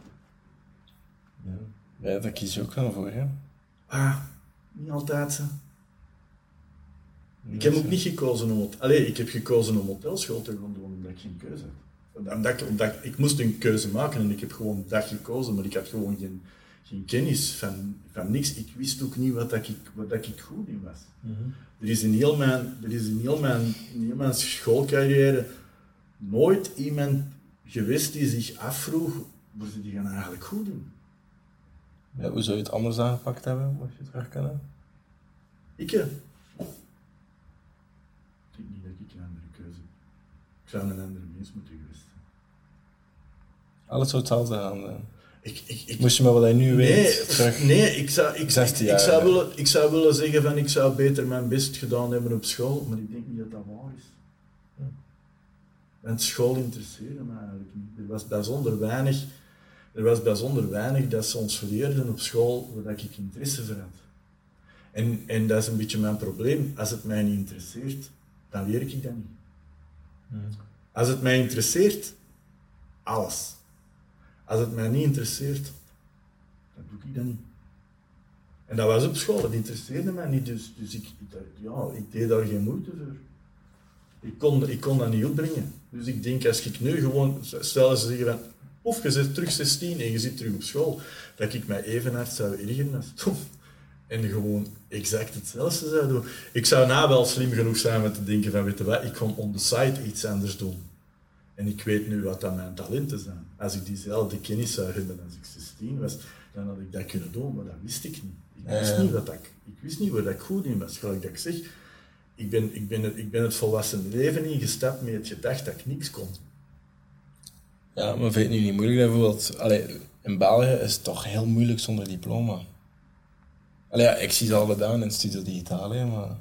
Ja, ja daar kies je ook wel voor, hè? Ah, niet altijd, hè. Ik heb ook niet gekozen om... Allee, ik heb gekozen om hotelschool te gaan doen, omdat ik geen keuze had. Omdat ik, omdat ik, ik moest een keuze maken en ik heb gewoon dat gekozen, maar ik had gewoon geen, geen kennis van, van niks. Ik wist ook niet wat, dat ik, wat dat ik goed in was. Mm-hmm. Er is in heel mijn, er is in heel mijn, in heel mijn schoolcarrière nooit iemand geweest die zich afvroeg, waar ze die gaan eigenlijk goed in. Ja, hoe zou je het anders aangepakt hebben, mocht je terug kunnen? Ik, hè? Ik denk niet dat ik een andere keuze heb. Ik zou een andere mens moeten geweest zijn. Alles zou hetzelfde gaan zijn. Ik, ik, ik, Moest je maar wat hij nu nee, weet terug. Nee, ik zou, ik, ik, jaar, ik, zou willen, ik zou willen zeggen van ik zou beter mijn best gedaan hebben op school, maar ik denk niet dat dat waar is. Hm. Want school interesseerde me eigenlijk niet. Er was bijzonder weinig, er was bijzonder weinig dat ze ons leerden op school waar ik interesse voor had. En, en dat is een beetje mijn probleem. Als het mij niet interesseert, dan leer ik dat niet. Hm. Als het mij interesseert, alles. Als het mij niet interesseert, dan doe ik dat niet. En dat was op school, dat interesseerde mij niet, dus, dus ik, ja, ik deed daar geen moeite voor. Ik kon, ik kon dat niet opbrengen. Dus ik denk, als ik nu gewoon, stel ze zeggen van, of je zit terug zestien en je zit terug op school, dat ik mij even hard zou ergeren als toen. En gewoon exact hetzelfde zou doen. Ik zou nou wel slim genoeg zijn om te denken van, weet je wat, ik kon on the side iets anders doen. En ik weet nu wat dat mijn talenten zijn. Als ik diezelfde kennis zou hebben als ik zestien was, dan had ik dat kunnen doen, maar dat wist ik niet. Ik wist niet, wat ik, ik wist niet waar ik goed in was. Gelijk dat ik zeg, ik ben, ik, ben het, ik ben het volwassen leven ingestapt met het gedacht dat ik niks kon. Ja, maar vind je het nu niet moeilijk bijvoorbeeld? Allee, in België is het toch heel moeilijk zonder diploma. Allee, ja, ik zie ze al gedaan in Studio Digitaal, hè, maar...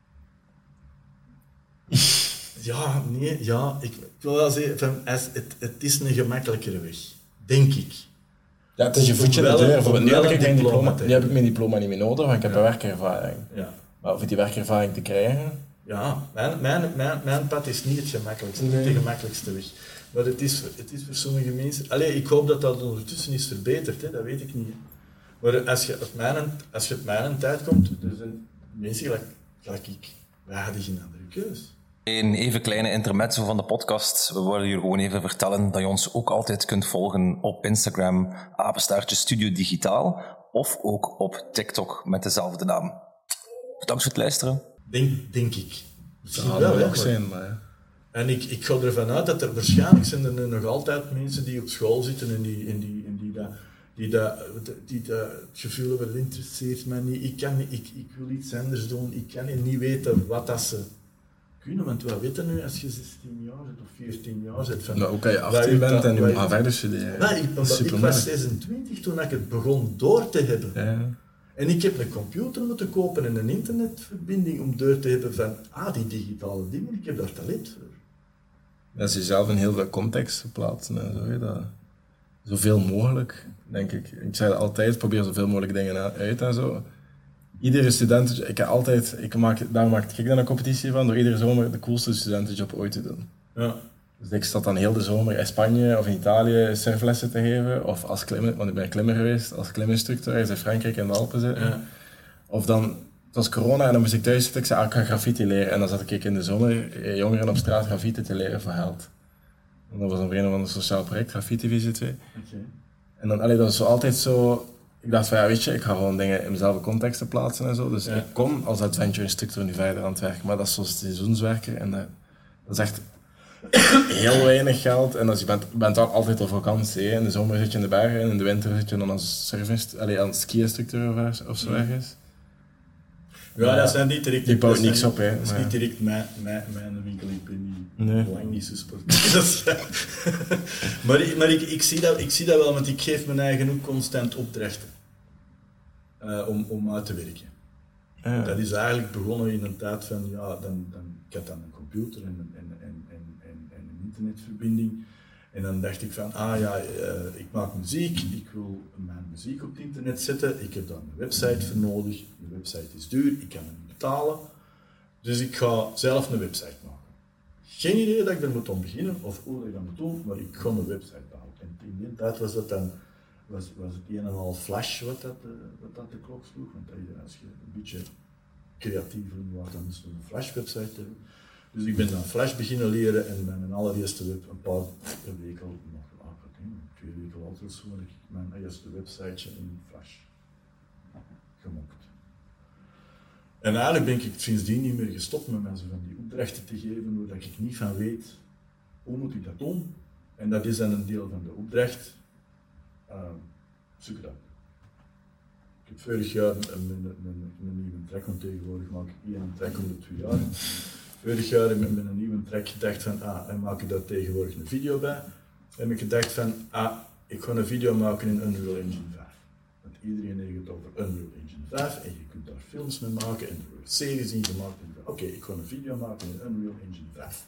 Ja, nee, ja, ik, ik wil wel zeggen, van, het, het is een gemakkelijkere weg, denk ik. Ja, het is je voetje in de deur. Voor nu heb ik mijn diploma, diploma, nu heb ik mijn diploma niet meer nodig, want ik heb ja. een werkervaring. Ja. Maar voor die werkervaring te krijgen... Ja, mijn, mijn, mijn, mijn pad is niet het gemakkelijkste, Nee. niet de gemakkelijkste weg. Maar het is, het is voor sommige mensen... Allee, ik hoop dat dat ondertussen is verbeterd, hè, dat weet ik niet. Hè. Maar als je op mijn, als je op mijn tijd komt, er zijn mensen gelijk, gelijk ik, wij hadden geen andere keus. Een even kleine intermezzo van de podcast. We willen je gewoon even vertellen dat je ons ook altijd kunt volgen op Instagram, apenstaartje Studio Digitaal, of ook op TikTok met dezelfde naam. Bedankt voor het luisteren. Denk, denk ik. Dat Misschien zal wel, wel hè, ook maar- zijn, maar... ja. En ik, ik ga ervan uit dat er waarschijnlijk zijn er nog altijd mensen die op school zitten en die, en die, en die, dat, die, dat, die dat het gevoel hebben, dat interesseert mij niet, ik, kan niet ik, ik wil iets anders doen, ik kan niet weten wat dat ze kunnen, want wat weten nu als je zestien jaar bent of veertien jaar bent? Van, Nou, ook als je wat achttien je bent dat- en je wat moet je- gaan verder studeren. Ja, ik, omdat ik Supermooi. was zesentwintig toen ik het begon door te hebben. Ja. En ik heb een computer moeten kopen en een internetverbinding om door te hebben van, ah, die digitale dingen, ik heb daar talent voor. Dat is jezelf in heel veel context plaatsen en zo. Hè. Dat, zoveel mogelijk, denk ik. Ik zei altijd, probeer zoveel mogelijk dingen uit en zo. Iedere student, ik heb altijd, ik maak, daar maak ik dan een competitie van, door iedere zomer de coolste studentenjob ooit te doen. Ja. Dus ik zat dan heel de zomer in Spanje of in Italië surflessen te geven, of als klimmer, want ik ben klimmer geweest, als kliminstructeur, ergens in Frankrijk in de Alpen zitten. Ja. Of dan, het was corona en dan moest ik thuis zitten, ik zei, ah, ik ga graffiti leren. En dan zat ik in de zomer eh, jongeren op straat graffiti te leren voor geld. En dat was een een van een sociaal project, Graffiti V Z twee. Okay. En dan, allee, dat was zo altijd zo, ik dacht van ja, weet je, ik ga gewoon dingen in dezelfde contexten plaatsen en zo. Dus Ja. ik kom als adventure instructor nu verder aan het werken, maar dat is zo'n seizoenswerker en dat, dat is echt heel weinig geld. En als je bent, bent al altijd op vakantie, hè. In de zomer zit je in de bergen en in de winter zit je dan als surf, allee, als ski-instructeur of, of zo ergens. Ja, dat zijn niet direct... Die bouwt dat zijn niks op, hè, Dat is maar niet ja. direct mijn, mijn, mijn winkel, ik ben niet, Nee. lang niet zo sportief. Dat is- maar ik, maar ik, ik, zie dat, ik zie dat wel, want ik geef mijn eigen ook constant opdrachten. Uh, om, om uit te werken. Ja. Dat is eigenlijk begonnen in een tijd van, ja, dan, dan, ik had dan een computer en, en, en, en, en, en een internetverbinding. En dan dacht ik van, ah ja, uh, ik maak muziek, ik wil mijn muziek op het internet zetten, ik heb daar een website voor nodig, de website is duur, ik kan hem niet betalen, dus ik ga zelf een website maken. Geen idee dat ik er moet om beginnen of hoe ik dat moet doen, maar ik ga een website bouwen. En in die tijd was dat dan, was, was het een en al flash wat dat, uh, wat dat de klok sloeg, want als je een beetje creatief was, dan moest je een flash website hebben. Dus ik ben dan Flash beginnen leren en bij mijn allereerste web, een paar weken al, nog ah, ik denk, twee weken later of zo, heb ik mijn eerste websiteje in Flash gemokt. En eigenlijk ben ik sindsdien niet meer gestopt met mensen van die opdrachten te geven, doordat ik niet van weet, hoe moet ik dat doen? En dat is dan een deel van de opdracht. Uh, zoek het uit. Ik heb vorig jaar een, een, een, een nieuwe track, want tegenwoordig maak ik één track om de twee jaar. Vorig jaar heb ik met een nieuwe track gedacht van, ah, en maak ik daar tegenwoordig een video bij. En heb ik gedacht van, ah, ik ga een video maken in Unreal Engine vijf. Want iedereen heeft het over Unreal Engine vijf en je kunt daar films mee maken en er worden series in gemaakt. Oké, okay, ik ga een video maken in Unreal Engine vijf.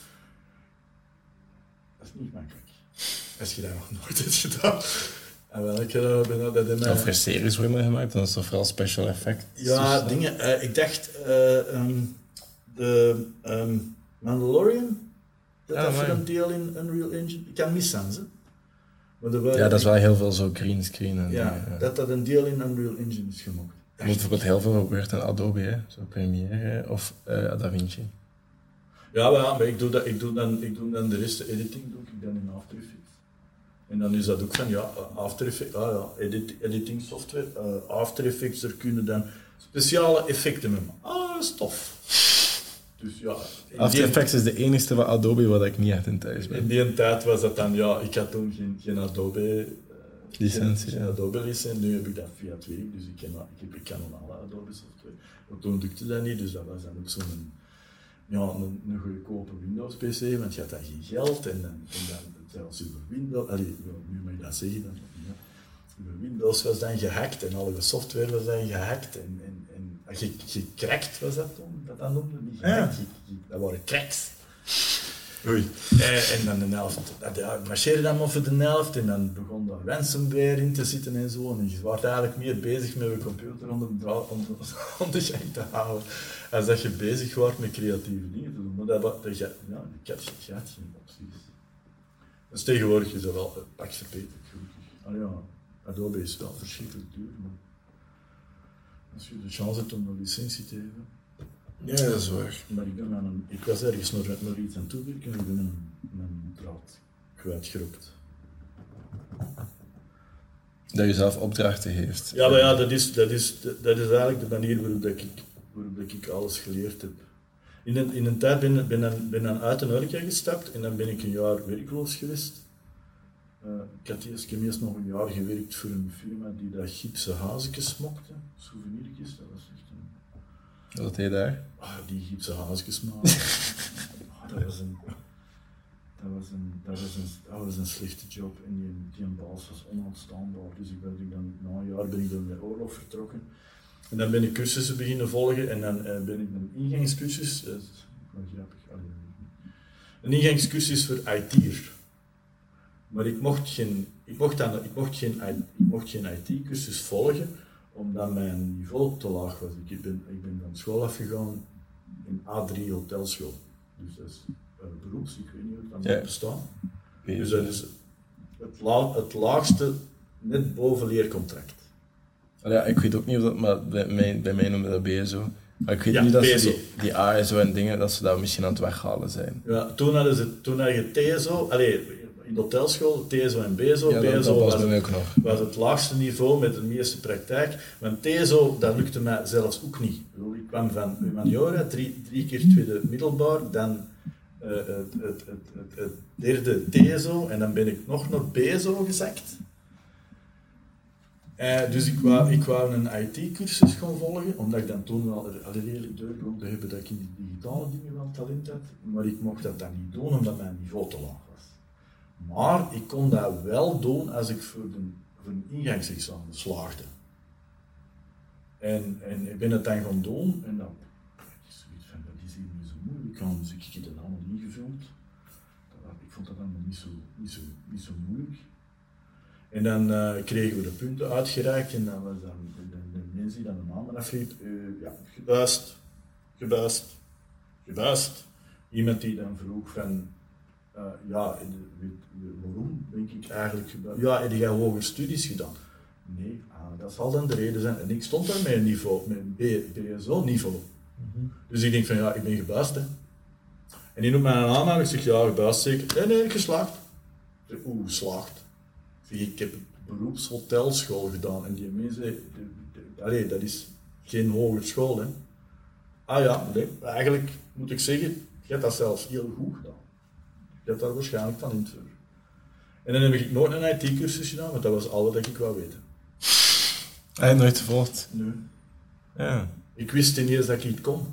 Dat is niet makkelijk. Als je dat nog nooit hebt gedaan. En wel, ik heb dat, dat in mijn... Of er series worden gemaakt, dan is dat vooral special effect. Ja, dingen. Uh, ik dacht, uh, um, de um, Mandalorian, dat Ja, dat voor maar- een deel in Unreal Engine, ik kan mis zijn, ze. Maar er waren- Ja, dat is wel heel veel zo greenscreen en Ja, dingen, ja. dat dat een deel in Unreal Engine is gemaakt. Er moet bijvoorbeeld heel veel gebeurd in Adobe, hè. Zo Premiere of uh, DaVinci. Ja, maar, ja, maar ik doe, dat, ik, doe dan, ik doe dan de rest, de editing doe ik dan in After Effects. En dan is dat ook van, ja, After Effects, ah ja, edit, editing software, uh, After Effects, daar kunnen dan speciale effecten mee maken. Ah, dat is tof. Dus ja, in After die- Effects is de enige van Adobe waar ik niet echt in thuis ben. In die tijd was dat dan, ja, ik had toen geen, geen Adobe uh, Licentie, geen ja. Adobe licentie, nu heb ik dat via het werk, dus ik, ken, ik, heb, ik kan alle Adobe software. Maar toen lukte dat niet, dus dat was dan ook zo'n ja, een, een goedkope Windows P C, want je had dan geen geld en dan, en dan zelfs over Windows, allee, ja, nu mag je dat zeggen, dan, ja. Windows was dan gehackt en alle software was dan gehackt en, en, en ge, gecrackt was dat toen, dat dat noemde, niet gehackt, ja. ge, ge, dat waren cracks. Oei. En, en dan de helft, ja, ik marcheerde dan over de helft en dan begon daar ransomware in te zitten en zo. En je was eigenlijk meer bezig met je computer onder de, onder, onder de gang te houden, als dat je bezig was met creatieve dingen te doen. Maar dat, dat, ja, ik had, ik had geen opties. Dus tegenwoordig is dat wel een pak verbeterd, gelukkig. Ah ja, Adobe is wel verschrikkelijk duur, maar als je de chance hebt om een licentie te hebben. Ja, dat is waar. Maar ik, ben aan een, ik was ergens nog, nog iets aan toewerken en ik ben een, een draad kwijtgerokt. Dat je zelf opdrachten geeft. Ja, maar ja, dat is, dat is, dat is eigenlijk de manier waarop dat ik, waarop dat ik alles geleerd heb. In een, in een tijd ben ik ben, ben dan uit de horeca gestapt en dan ben ik een jaar werkloos geweest. Uh, ik had eerst, ik heb eerst nog een jaar gewerkt voor een firma die dat gipsen hazenjes smokte, souvenirjes, dat was echt een... Wat deed je daar? Ah, die gipsen hazenjes maken. ah, dat was een... Dat was een, dat was een, dat was een slechte job en die, die baas was onaanstaanbaar. Dus ik ben, ik dan, na een jaar ben ik dan met oorlog vertrokken. En dan ben ik cursussen beginnen volgen en dan uh, ben ik een ingangscursus, dat is wel grappig, een ingangscursus voor I T'er. Maar ik mocht geen, ik mocht dan, ik mocht geen, ik mocht geen I T-cursus volgen, omdat mijn niveau te laag was. Ik ben, ik ben van school afgegaan in A drie hotelschool. Dus dat is uh, beroeps, ik weet niet hoe het dan ja. bestaat. Dus dat is het, la, het laagste, net boven leercontract. Ja, ik weet ook niet of dat, maar bij mij, bij mij noemen dat B S O. Maar ik weet ja, niet dat B S O. ze die, die A S O en dingen, dat ze dat misschien aan het weghalen zijn. Ja, toen hadden ze, toen had je T S O, allee, in de hotelschool, T S O en B S O. Ja, dat, B S O dat was, was, het, ook nog. was het laagste niveau met de meeste praktijk. Maar T S O, dat lukte mij zelfs ook niet. Ik kwam van humaniora, drie, drie keer tweede middelbaar, dan uh, het, het, het, het, het derde T S O en dan ben ik nog naar B S O gezakt. Uh, dus ik wou, ik wou een I T-cursus gaan volgen, omdat ik dan toen wel redelijk duidelijk wilde hebben dat ik in die digitale dingen wel talent had, maar ik mocht dat dan niet doen omdat mijn niveau te laag was. Maar ik kon dat wel doen als ik voor, de, voor een ingangsexamen slaagde. En, en ik ben het dan gaan doen en dan is zoiets van, dat is hier niet zo moeilijk, dus ik heb het allemaal ingevuld. Ik vond dat allemaal niet zo, niet zo, niet zo moeilijk. En dan uh, kregen we de punten uitgereikt en dan was dan de, de, de mensen die dan de namen afriep, uh, ja, gebuist, gebuist, gebuist. Iemand die dan vroeg van, uh, ja, waarom denk ik eigenlijk gebuist? Ja, heb jij hoger studies gedaan? Nee, ah, dat zal dan de reden zijn. En ik stond daar met een niveau, met een B S O-niveau. Mm-hmm. Dus ik denk van, ja, ik ben gebuist, hè. En die noemt mij een naam en ik zeg, ja, gebuist zeker. Nee, nee, geslaagd. Ik zeg, oeh, geslaagd. Ik heb beroepshotelschool gedaan en die mensen, allee, dat is geen hogeschool, hè. Ah ja, nee, eigenlijk moet ik zeggen, je hebt dat zelfs heel goed gedaan. Je hebt daar waarschijnlijk talent voor. En dan heb ik nooit een I T-cursus gedaan, want dat was alles wat ik wou weten. Hij nooit gevolgd? Nee. Ja. Ik wist ten eerste dat ik iets kon.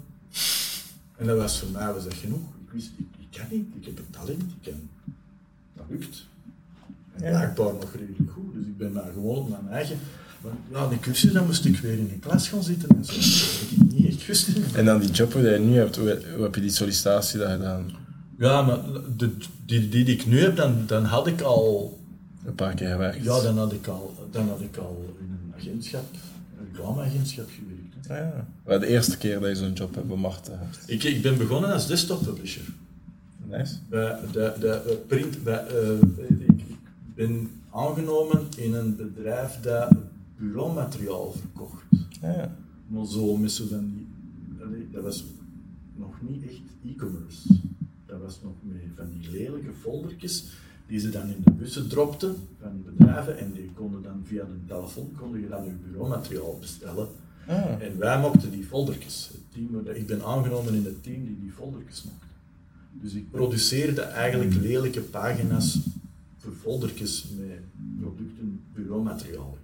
En dat was voor mij was dat genoeg. Ik wist, ik, ik kan niet, ik heb een talent, ik kan. Dat lukt. En blijkbaar nog redelijk goed, dus ik ben maar gewoon op mijn eigen. Maar ja, die cursus, dan moest ik weer in een klas gaan zitten en zo. Dat heb ik niet echt gust in. En dan die job die je nu hebt, hoe, hoe heb je die sollicitatie daar gedaan? Ja, maar de, die, die die ik nu heb, dan, dan had ik al... Een paar keer gewerkt? Ja, dan had ik al, dan had ik al in een agentschap, een reclameagentschap gewerkt. Ah, ja. Maar de eerste keer dat je zo'n job hebt bemachtigd? Ik, ik ben begonnen als desktop publisher. Nice. Bij de, de print... Bij, uh, ik, Ik ben aangenomen in een bedrijf dat bureaumateriaal verkocht. Ja. Maar zo met zo van die... Allee, dat was nog niet echt e-commerce. Dat was nog met van die lelijke foldertjes die ze dan in de bussen dropten van bedrijven en die konden dan via de telefoon konden je dan je bureaumateriaal bestellen. Ah. En wij mochten die foldertjes. Het team, ik ben aangenomen in het team die die foldertjes mochten. Dus ik produceerde eigenlijk lelijke pagina's voor foldertjes met producten, bureaumateriaal.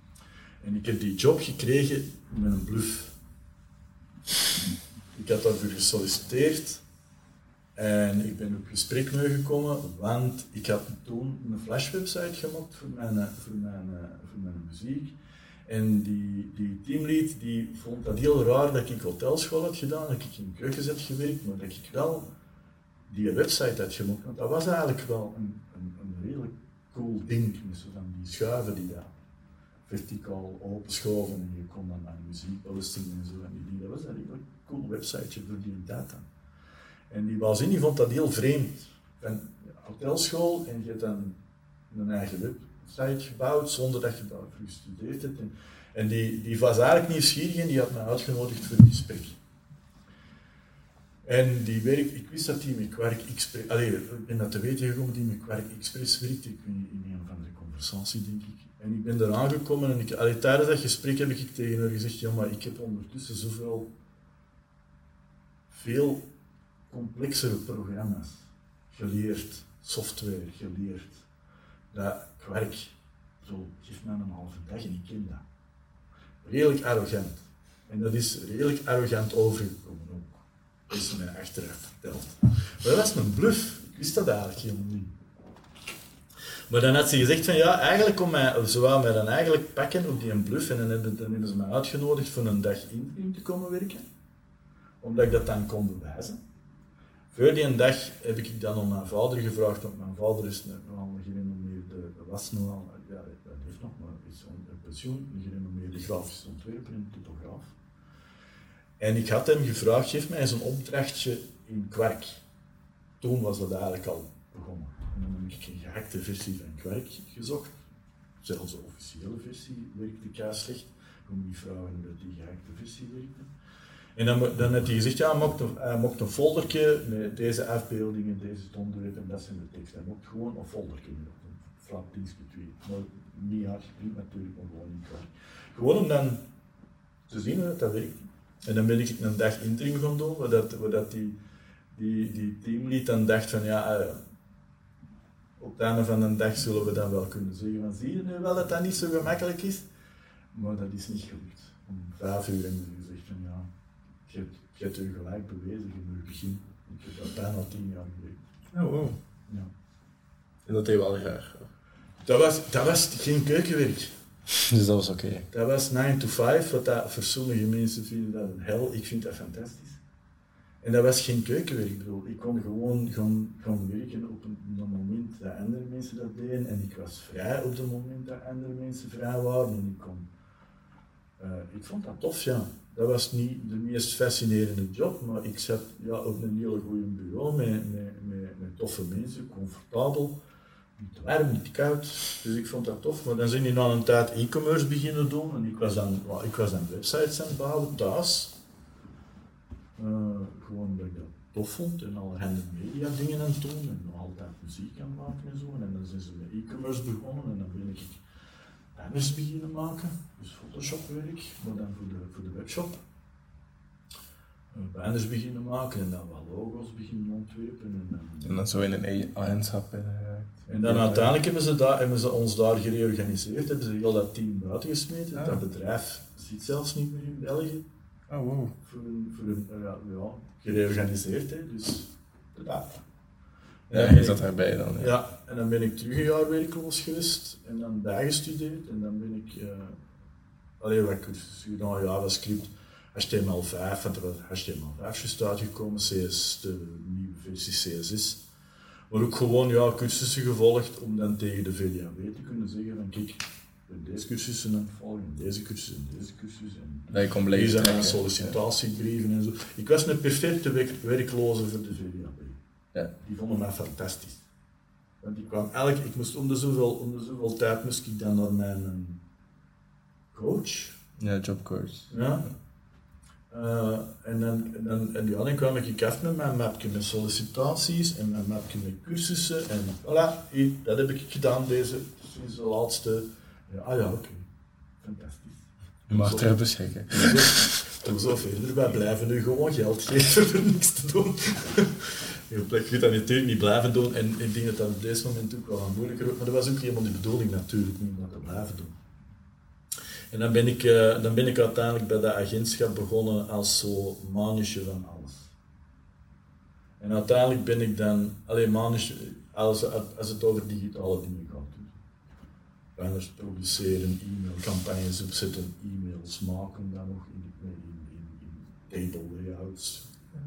En ik heb die job gekregen met een bluff. Ik had daarvoor gesolliciteerd En ik ben op gesprek meegekomen, want ik had toen een flashwebsite gemaakt voor mijn, voor mijn, voor mijn muziek. En die, die teamlead die vond dat heel raar dat ik hotelschool had gedaan, dat ik in keukens had gewerkt, maar dat ik wel die website had gemaakt. Want dat was eigenlijk wel een, een, een redelijk cool ding, met zo van die schuiven die daar verticaal openschoven en je kon dan aan muziek luisteren en zo. En die dingen. Dat was een redelijk cool websiteje voor die tijd dan. En die bazin die vond dat heel vreemd. Van hotelschool en je hebt dan een eigen website gebouwd zonder dat je daarvoor gestudeerd hebt. En, en die, die was eigenlijk nieuwsgierig en die had me uitgenodigd voor een gesprek. En die werk, ik wist dat die met Quark Express, allee, ik ben dat te weten gekomen, die met Quark Express werkte, ik weet niet, in een of andere conversatie denk ik. En ik ben eraan gekomen en ik, allee, tijdens dat gesprek heb ik tegen haar gezegd, ja maar ik heb ondertussen zoveel, veel complexere programma's geleerd, software geleerd, dat Quark, zo, geef mij een halve dag en ik ken dat. Redelijk arrogant. En dat is redelijk arrogant overgekomen ook. Dat is mij achteraf verteld. Maar dat was een bluff. Ik wist dat eigenlijk helemaal niet. Maar dan had ze gezegd van ja, eigenlijk kon mij, ze wou mij dan eigenlijk pakken op die een bluff en dan hebben, dan hebben ze mij uitgenodigd voor een dag in te komen werken. Omdat ik dat dan kon bewijzen. Voor die een dag heb ik dan om mijn vader gevraagd, want mijn vader is nogal een gerenommeerde, was nogal, ja, dat heeft nog maar is een pensioen, een gerenommeerde grafisch ontwerper en typograaf. En ik had hem gevraagd, geef mij eens een opdrachtje in Quark. Toen was dat eigenlijk al begonnen. En dan heb ik een gehakte versie van Quark gezocht. Zelfs de officiële versie werkte kei slecht. Ik kon niet vragen hoe dat die gehakte versie werkte. En dan, dan had hij gezegd, ja, hij mocht een, hij mocht een foldertje met deze afbeeldingen, deze onderwerpen en dat zijn de tekst. Hij mocht gewoon een foldertje met een flap dingetje twee. Maar niet hard geprint natuurlijk, maar gewoon in Quark. Gewoon om dan te zien hoe dat, dat werkt. En dan ben ik een dag interim gaan doen, waar, dat, waar dat die, die, die teamlead dan dacht van ja, uh, op het einde van de dag zullen we dan wel kunnen zeggen van zie je nu wel dat dat niet zo gemakkelijk is? Maar dat is niet gelukt. Om vijf uur hebben ze gezegd van ja, je hebt, je hebt u gelijk bewezen, je moet beginnen. Ik heb dat bijna tien jaar gewerkt. Oh wow. Ja. En dat deed je wel graag. Dat was, dat was geen keukenwerk. Dus dat was oké. Okay. Dat was nine to five, wat dat, voor sommige mensen vinden dat een hel. Ik vind dat fantastisch. En dat was geen keukenwerk. Ik bedoel, ik kon gewoon gaan, gaan werken op een, een moment dat andere mensen dat deden. En ik was vrij op het moment dat andere mensen vrij waren. En ik, kon, uh, ik vond dat tof, ja. Dat was niet de meest fascinerende job, maar ik zat ja, op een hele goede bureau met, met, met, met toffe mensen, comfortabel. Niet te warm, niet te koud, dus ik vond dat tof. Maar dan zijn die na een tijd e-commerce beginnen doen en ik was dan, well, ik was dan websites aan het bouwen thuis. Uh, gewoon omdat ik dat tof vond en allerhande media dingen aan het doen en nog altijd muziek aan het maken en zo. En dan zijn ze met e-commerce begonnen en dan ben ik banners beginnen maken, dus Photoshop-werk, maar dan voor de, voor de webshop. Uh, banners beginnen maken en dan wat logo's beginnen ontwerpen. En dan, en dan zo in een agentschap geraakt. En dan uiteindelijk hebben ze, daar, hebben ze ons daar gereorganiseerd, hebben ze heel dat team buiten gesmeten. Ja. Dat bedrijf zit zelfs niet meer in België. Oh wow. Voor een, voor een ja, ja, gereorganiseerd, hè. Dus ja. Ja, je zat daarbij dan. Ja. ja, en dan ben ik terug een jaar werkloos geweest en dan bijgestudeerd en dan ben ik, uh, allee, wat cursus gedaan, JavaScript, H T M L vijf, want er was H T M L vijf juist uitgekomen, C S, de nieuwe versie C S S. Maar ook gewoon ja, cursussen gevolgd om dan tegen de V D A B te kunnen zeggen van kijk, ik ben deze cursussen aan het volgen, deze cursus en deze cursus en dat je kon blijven deze trekken. sollicitatiebrieven en zo. Ik was een perfecte werk- werkloze voor de V D A B. Ja. Die vonden mij fantastisch. Want ik kwam elk, ik moest om de zoveel, om de zoveel tijd moest ik dan naar mijn coach. Ja, jobcoach. Ja. Uh, en, dan, en, dan, en ja, dan kwam ik af met mijn mapje met sollicitaties en mijn mapje met cursussen en voilà, hier, dat heb ik gedaan deze, sinds de laatste, ja, ah ja, oké, okay. Fantastisch. Je mag er beschikken. Doe zo verder, wij blijven nu gewoon geld geven voor niks te doen. Je kunt dat natuurlijk niet blijven doen en ik denk dat dat op deze moment ook wel moeilijker wordt, maar dat was ook helemaal de bedoeling natuurlijk niet om dat te blijven doen. En dan ben, ik, uh, dan ben ik uiteindelijk bij dat agentschap begonnen als zo manusje van alles. En uiteindelijk ben ik dan alleen manage, als, als het over digitale dingen gaat. Banners produceren, e-mailcampagnes opzetten, e-mails maken, dan nog in, in, in, in table layouts.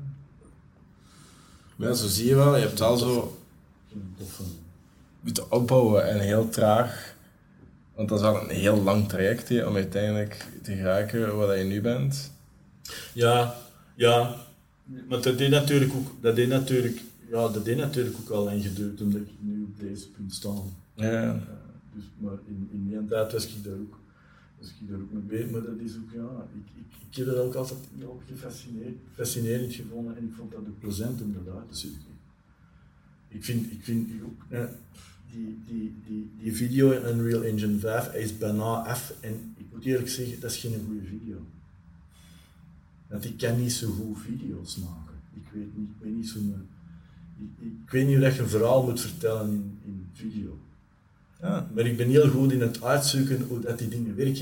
Ja, zo zie je wel, je hebt al zo moeten opbouwen en heel traag. Want dat is wel een heel lang traject he, om uiteindelijk te geraken waar je nu bent. Ja, ja. Maar dat deed natuurlijk ook, dat deed natuurlijk, ja, dat deed natuurlijk ook al lang geduurd omdat ik nu op deze punt sta. Ja. Uh, dus, maar in, in die tijd was ik daar ook, was ik daar ook mee bezig, maar dat is ook, ja, ik, ik, ik heb dat ook altijd heel gefascineerd, fascinerend gevonden en ik vond dat ook plezant om dat uit te zoeken. Ik vind, ik vind ook, uh, die, die, die, die video in Unreal Engine vijf is bijna af en ik moet eerlijk zeggen, dat is geen goede video. Want ik kan niet zo goed video's maken. Ik weet niet, ik weet niet, zo'n, ik, ik weet niet hoe dat je een verhaal moet vertellen in, in video. Ja. Maar ik ben heel goed in het uitzoeken hoe dat die dingen werken.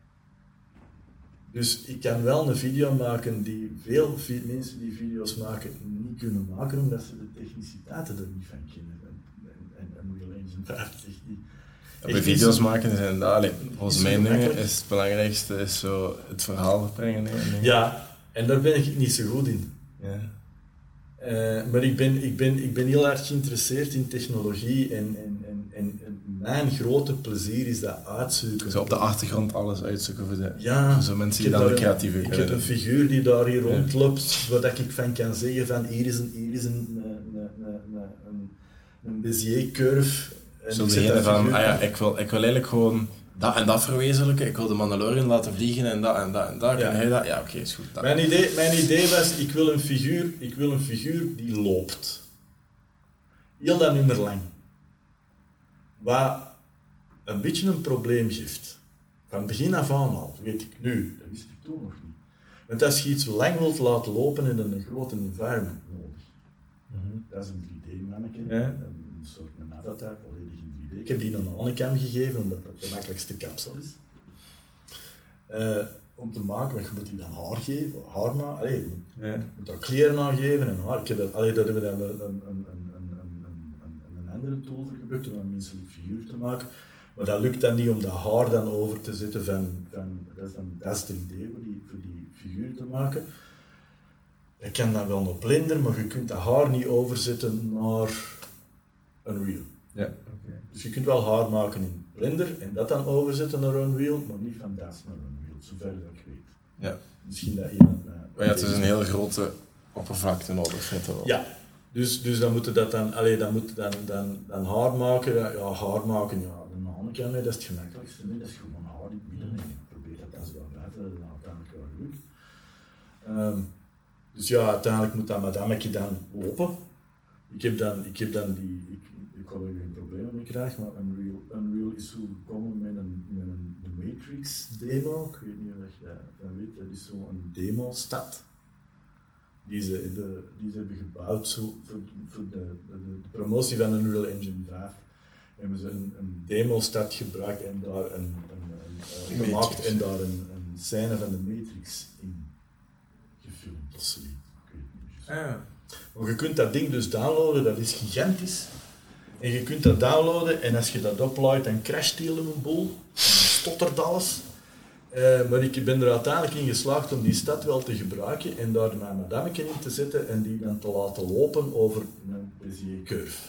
Dus ik kan wel een video maken die veel vi- mensen die video's maken niet kunnen maken omdat ze de techniciteiten er niet van kennen. En, en, en Unreal Engine vijf is die... Ja, bij video's maken zijn dat, volgens mij dingen is het belangrijkste is zo het verhaal brengen. Nee. Ja, en daar ben ik niet zo goed in. Ja. Uh, maar ik ben, ik, ben, ik ben heel erg geïnteresseerd in technologie en, en, en, en, en mijn grote plezier is dat uitzoeken. Zo op de achtergrond alles uitzoeken voor, de, ja, voor zo mensen die dan de creatieve Ik heb een figuur die daar hier ja. rondloopt, waar ik van kan zeggen van hier is een, hier is een, een, een, een, een Bézier-curve. Zo degene van, ah ja, ik wil, ik wil eigenlijk gewoon dat en dat verwezenlijken, ik wil de Mandalorian laten vliegen en dat en dat en dat, ja. kan hij dat? Ja, oké, okay, is goed. Dat. Mijn idee, mijn idee was, ik wil een figuur, ik wil een figuur die loopt. Heel dat nummer lang. Wat een beetje een probleem geeft. Van begin af aan al, weet ik nu, dat wist ik toen nog niet. Want als je iets lang wilt laten lopen, heb je een grote environment nodig. Mm-hmm. Dat is een drie D-manneke, ja. Een soort een avatar, volledig in drie D. Ik heb die een Honeycam gegeven, omdat dat de makkelijkste kapsel is. Uh, om te maken, want je moet die dan haar geven, haar maken, allee, je moet, ja. je moet daar kleren aan geven en haar. Ik heb dat, allee, daar hebben we dan een, een, een, een, een, een, een andere tool voor gebruikt om een menselijk figuur te maken. Maar dat lukt dan niet om dat haar dan over te zetten van, van dat is dan dat is drie D voor die, voor die figuur te maken. Je kan dat wel op Blender, maar je kunt dat haar niet overzetten naar Unreal. Ja, okay. Dus je kunt wel haar maken in Blender en dat dan overzetten naar Unreal, maar niet van dat naar Unreal, zover dat ik weet. Ja. Misschien dat iemand... Uh, maar ja, het is een hele grote oppervlakte nodig. Ja, dus, dus dan moet je dat dan, allee, dan, moet dan, dan, dan haar maken, ja, haar maken, ja, een Honeycam, dat is het gemakkelijkste, nee, dat is gewoon haar in het midden, nee. Probeer dat dan zo buiten, dat is uiteindelijk wel goed. Um, dus ja, uiteindelijk moet dat madametje dan lopen. Ik heb dan, ik heb dan die, ik, ik had er geen probleem mee krijgen, maar Unreal, Unreal is zo gekomen met een, met een The Matrix demo. Ik weet niet of je dat weet, dat is zo'n demo-stad. Die ze, de, die ze hebben gebouwd zo voor, voor de, de, de promotie van Unreal Engine vijf. Hebben ze een, een demo-stad gebruikt en daar een, een, een, een gemaakt en daar een, een scène van de Matrix in gefilmd of zoiets. Ik weet niet. Ah. Maar je kunt dat ding dus downloaden, dat is gigantisch. En je kunt dat downloaden en als je dat oplaait, dan crasht die helemaal een boel. En dan stottert alles. Uh, maar ik ben er uiteindelijk in geslaagd om die stad wel te gebruiken en daar mijn madameke in te zetten en die dan te laten lopen over een Bézier-curve.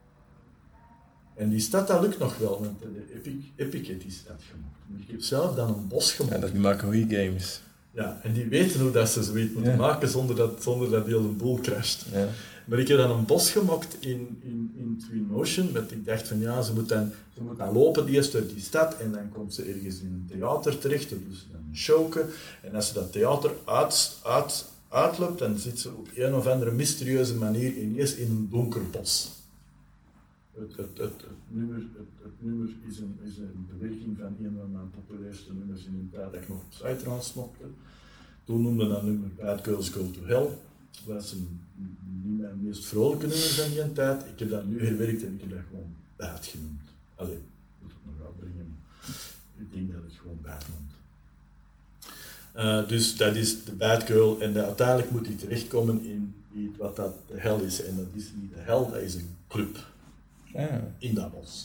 En die stad, dat lukt nog wel, want de Epic, Epic heeft die stad gemaakt. Maar ik heb zelf dan een bos gemaakt. Ja, dat maken Wii games. Ja, en die weten hoe dat ze zoiets moeten ja. maken zonder dat, zonder dat heel een boel crasht. Ja. Maar ik heb dan een bos gemaakt in, in, in Twinmotion, met ik dacht van ja, ze moet dan, ze moet dan lopen eerst uit die stad en dan komt ze ergens in een theater terecht, dus dan een showke. En als ze dat theater uit, uit, uitloopt, dan zit ze op een of andere mysterieuze manier ineens in een donker bos. Het, het, het, het, nummer, het, het nummer is een, is een bewerking van een van mijn populairste nummers in een tijd dat ik nog op Psytrance snapte. Toen noemde dat nummer Bad Girls Go to Hell. Dat was een, niet mijn meest vrolijke nummer van die tijd. Ik heb dat nu herwerkt en ik heb dat gewoon Bad genoemd. Allee, moet ik nog uitbrengen. Ik denk dat het gewoon Bad noemt. Uh, dus dat is de Bad Girl en de, uiteindelijk moet die terechtkomen in niet wat dat de hel is. En dat is niet de hel, dat is een club. Ja. In dat bos.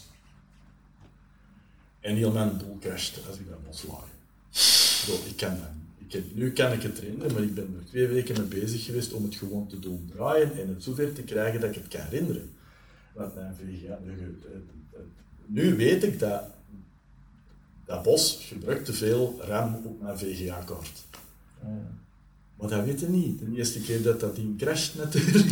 En heel mijn boel crasht als ik dat bos laag. Zo, ik kan dat niet. Ik heb, nu kan ik het herinneren, maar ik ben er twee weken mee bezig geweest om het gewoon te doen draaien en het zover te krijgen dat ik het kan herinneren. Want mijn V G A, nu weet ik dat dat bos gebruikt te veel RAM op mijn V G A-kaart. Ja. Maar dat weet je niet. De eerste keer dat dat ding crasht natuurlijk.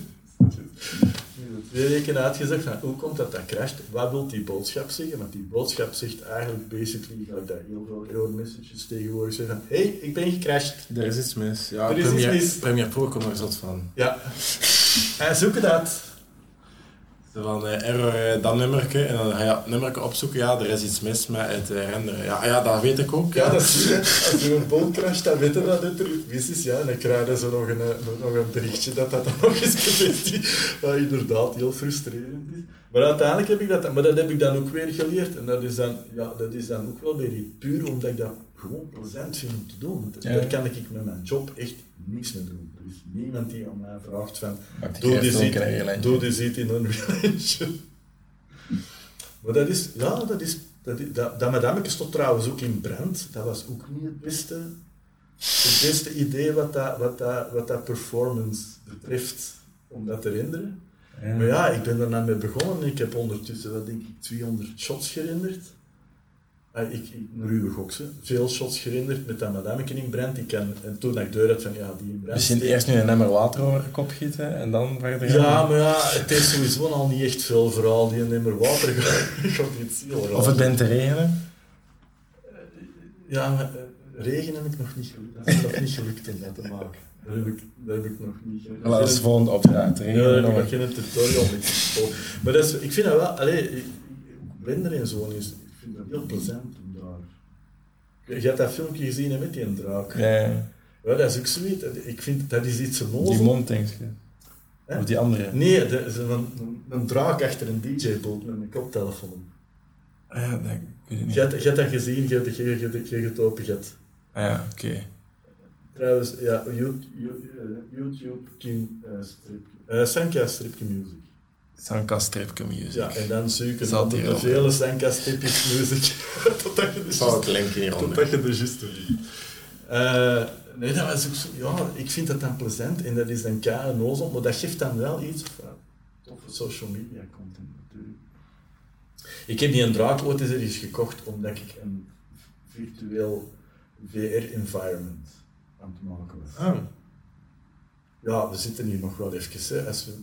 Twee weken uitgezegd van hoe komt dat dat crasht, wat wil die boodschap zeggen? Want die boodschap zegt eigenlijk basically, gelijk dat heel veel error messages tegenwoordig zeggen van hé, hey, ik ben gecrashed. Er is iets mis. Ja, er is Premiere, iets mis. Premiere Pro komt er zot van. Ja. En zoeken dat. Zo van uh, error uh, dat nummerke en dan ga je het nummerke opzoeken, ja, er is iets mis met het uh, renderen. Ja, ja, dat weet ik ook. Ja, dat zie je. Als je een boot crasht, dan weet je dat het er mis is. Ja, en dan krijg je zo nog een, nog een berichtje dat dat dan nog eens geweest is. Wat inderdaad heel frustrerend is. Maar uiteindelijk heb ik dat, maar dat heb ik dan ook weer geleerd. En dat is dan, ja, dat is dan ook wel weer puur omdat ik dat gewoon plezant vind om te doen. Want Ja. daar kan ik met mijn job echt niks mee doen. Er is niemand die aan mij vraagt van, Maakt doe die dit even iets, ook een eigen doe dit iets in een Engine. Maar dat is, ja, dat is, dat, is, dat, dat madameke stond trouwens ook in brand. Dat was ook niet het beste, het beste idee wat dat, wat, dat, wat dat performance betreft, om dat te herinneren. Ja. Maar ja, ik ben er nou mee begonnen. Ik heb ondertussen, wat denk ik, tweehonderd shots gerenderd. Ah, ik, ik, een ruwe gokse. Veel shots gerenderd met dat madameke in brand. Ik kan, en toen ik deur had van, ja, die in brand Misschien steekt. eerst nu een emmer water over de kop gieten en dan verder Ja, gaan. maar ja, het is sowieso al niet echt veel vooral die een emmer water gaat niet heel raar. Of het bent te regenen. Ja, maar uh, regen heb ik nog niet gelukt. Dat is nog niet gelukt om dat te maken. Dat heb ik, dat heb ik nog niet gelukt. Voilà, dat is de volgende opdracht. Ja, Regenen daar heb nog ik een- nog geen tutorial mee gesproken. Maar dat is, ik vind dat wel, allee, ik- Blender en zo is, ik vind dat heel plezant om daar. Je hebt dat filmpje gezien hè, met die draak. Ja, ja. Ja, dat is ook zoiets. Ik vind dat is iets Die onnozel. mond, denk ik. Hè? Of die andere. Nee, dat is een, een, een draak achter een D J-boot met een koptelefoon. Ah, ja, dat ik weet het niet. Je hebt, je hebt dat gezien, je hebt, je, je, je, je hebt het open gehad. Ah, ja, oké. Okay. Trouwens, ja, YouTube, YouTube King uh, strip, uh, Sanka stripje music. Sanka stripje music. Ja, en dan zoeken Zal onder die de erop. vele Sanka stripjes music. Totdat je de Zal het linken hieronder. Totdat je de juiste weet. Uh, nee, dat was ook zo, ja, ik vind dat dan plezant en dat is dan kei onnozel, maar dat geeft dan wel iets van toffe social media content natuurlijk. Ik heb die een draak ooit eens ergens gekocht omdat ik een virtueel V R-environment aan het maken was. Ah. Ja, we zitten hier nog wel even, hè, als we...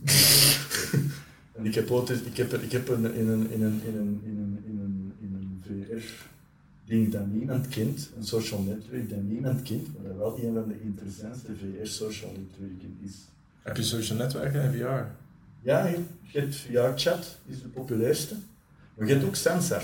En ik heb ooit eens, ik heb, er, ik heb een, in een, in een, in een, in een, in een, in een V R-ding dat niemand kent, een social network dat niemand kent, maar dat wel een van de interessantste V R-social netwerken is. Heb je social netwerken in V R? Ja, je je hebt V R-chat, is de populairste, maar je hebt ook Sensor.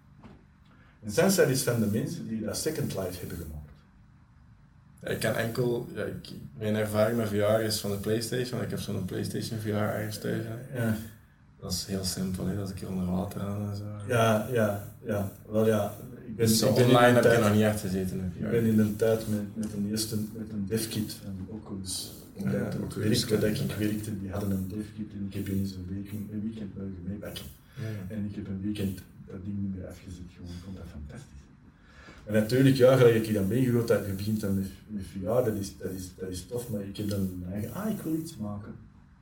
En Sensor is van de mensen die dat Second Life hebben gemaakt. Ja, ik ken enkel... Ja, ik, mijn ervaring met V R is van de PlayStation, want ik heb zo'n PlayStation V R ergens thuis. Hè. Ja, Dat is heel simpel, hè, als ik hier onder water aan en zo. ja, ja, ja. Wel ja, ik ben, Dus zo ik ben in online een heb ik tijd- nog niet echt gezeten in Ik V R. ben in een tijd met, met een eerste met een devkit van Oculus. Omdat Ja, het Oculus werk waar ken ik ik. werkte, die hadden een devkit en ik heb eens een, week, een weekend mogen meepakken. Ja. En ik heb een weekend dat ding niet meer afgezet, gewoon, ik vond dat fantastisch. En natuurlijk, ja, gelijk ik dan meegegroeid dat je begint dan met, met V R, dat is, dat, is, dat is tof, maar ik heb dan mijn eigen, ah, ik wil iets maken.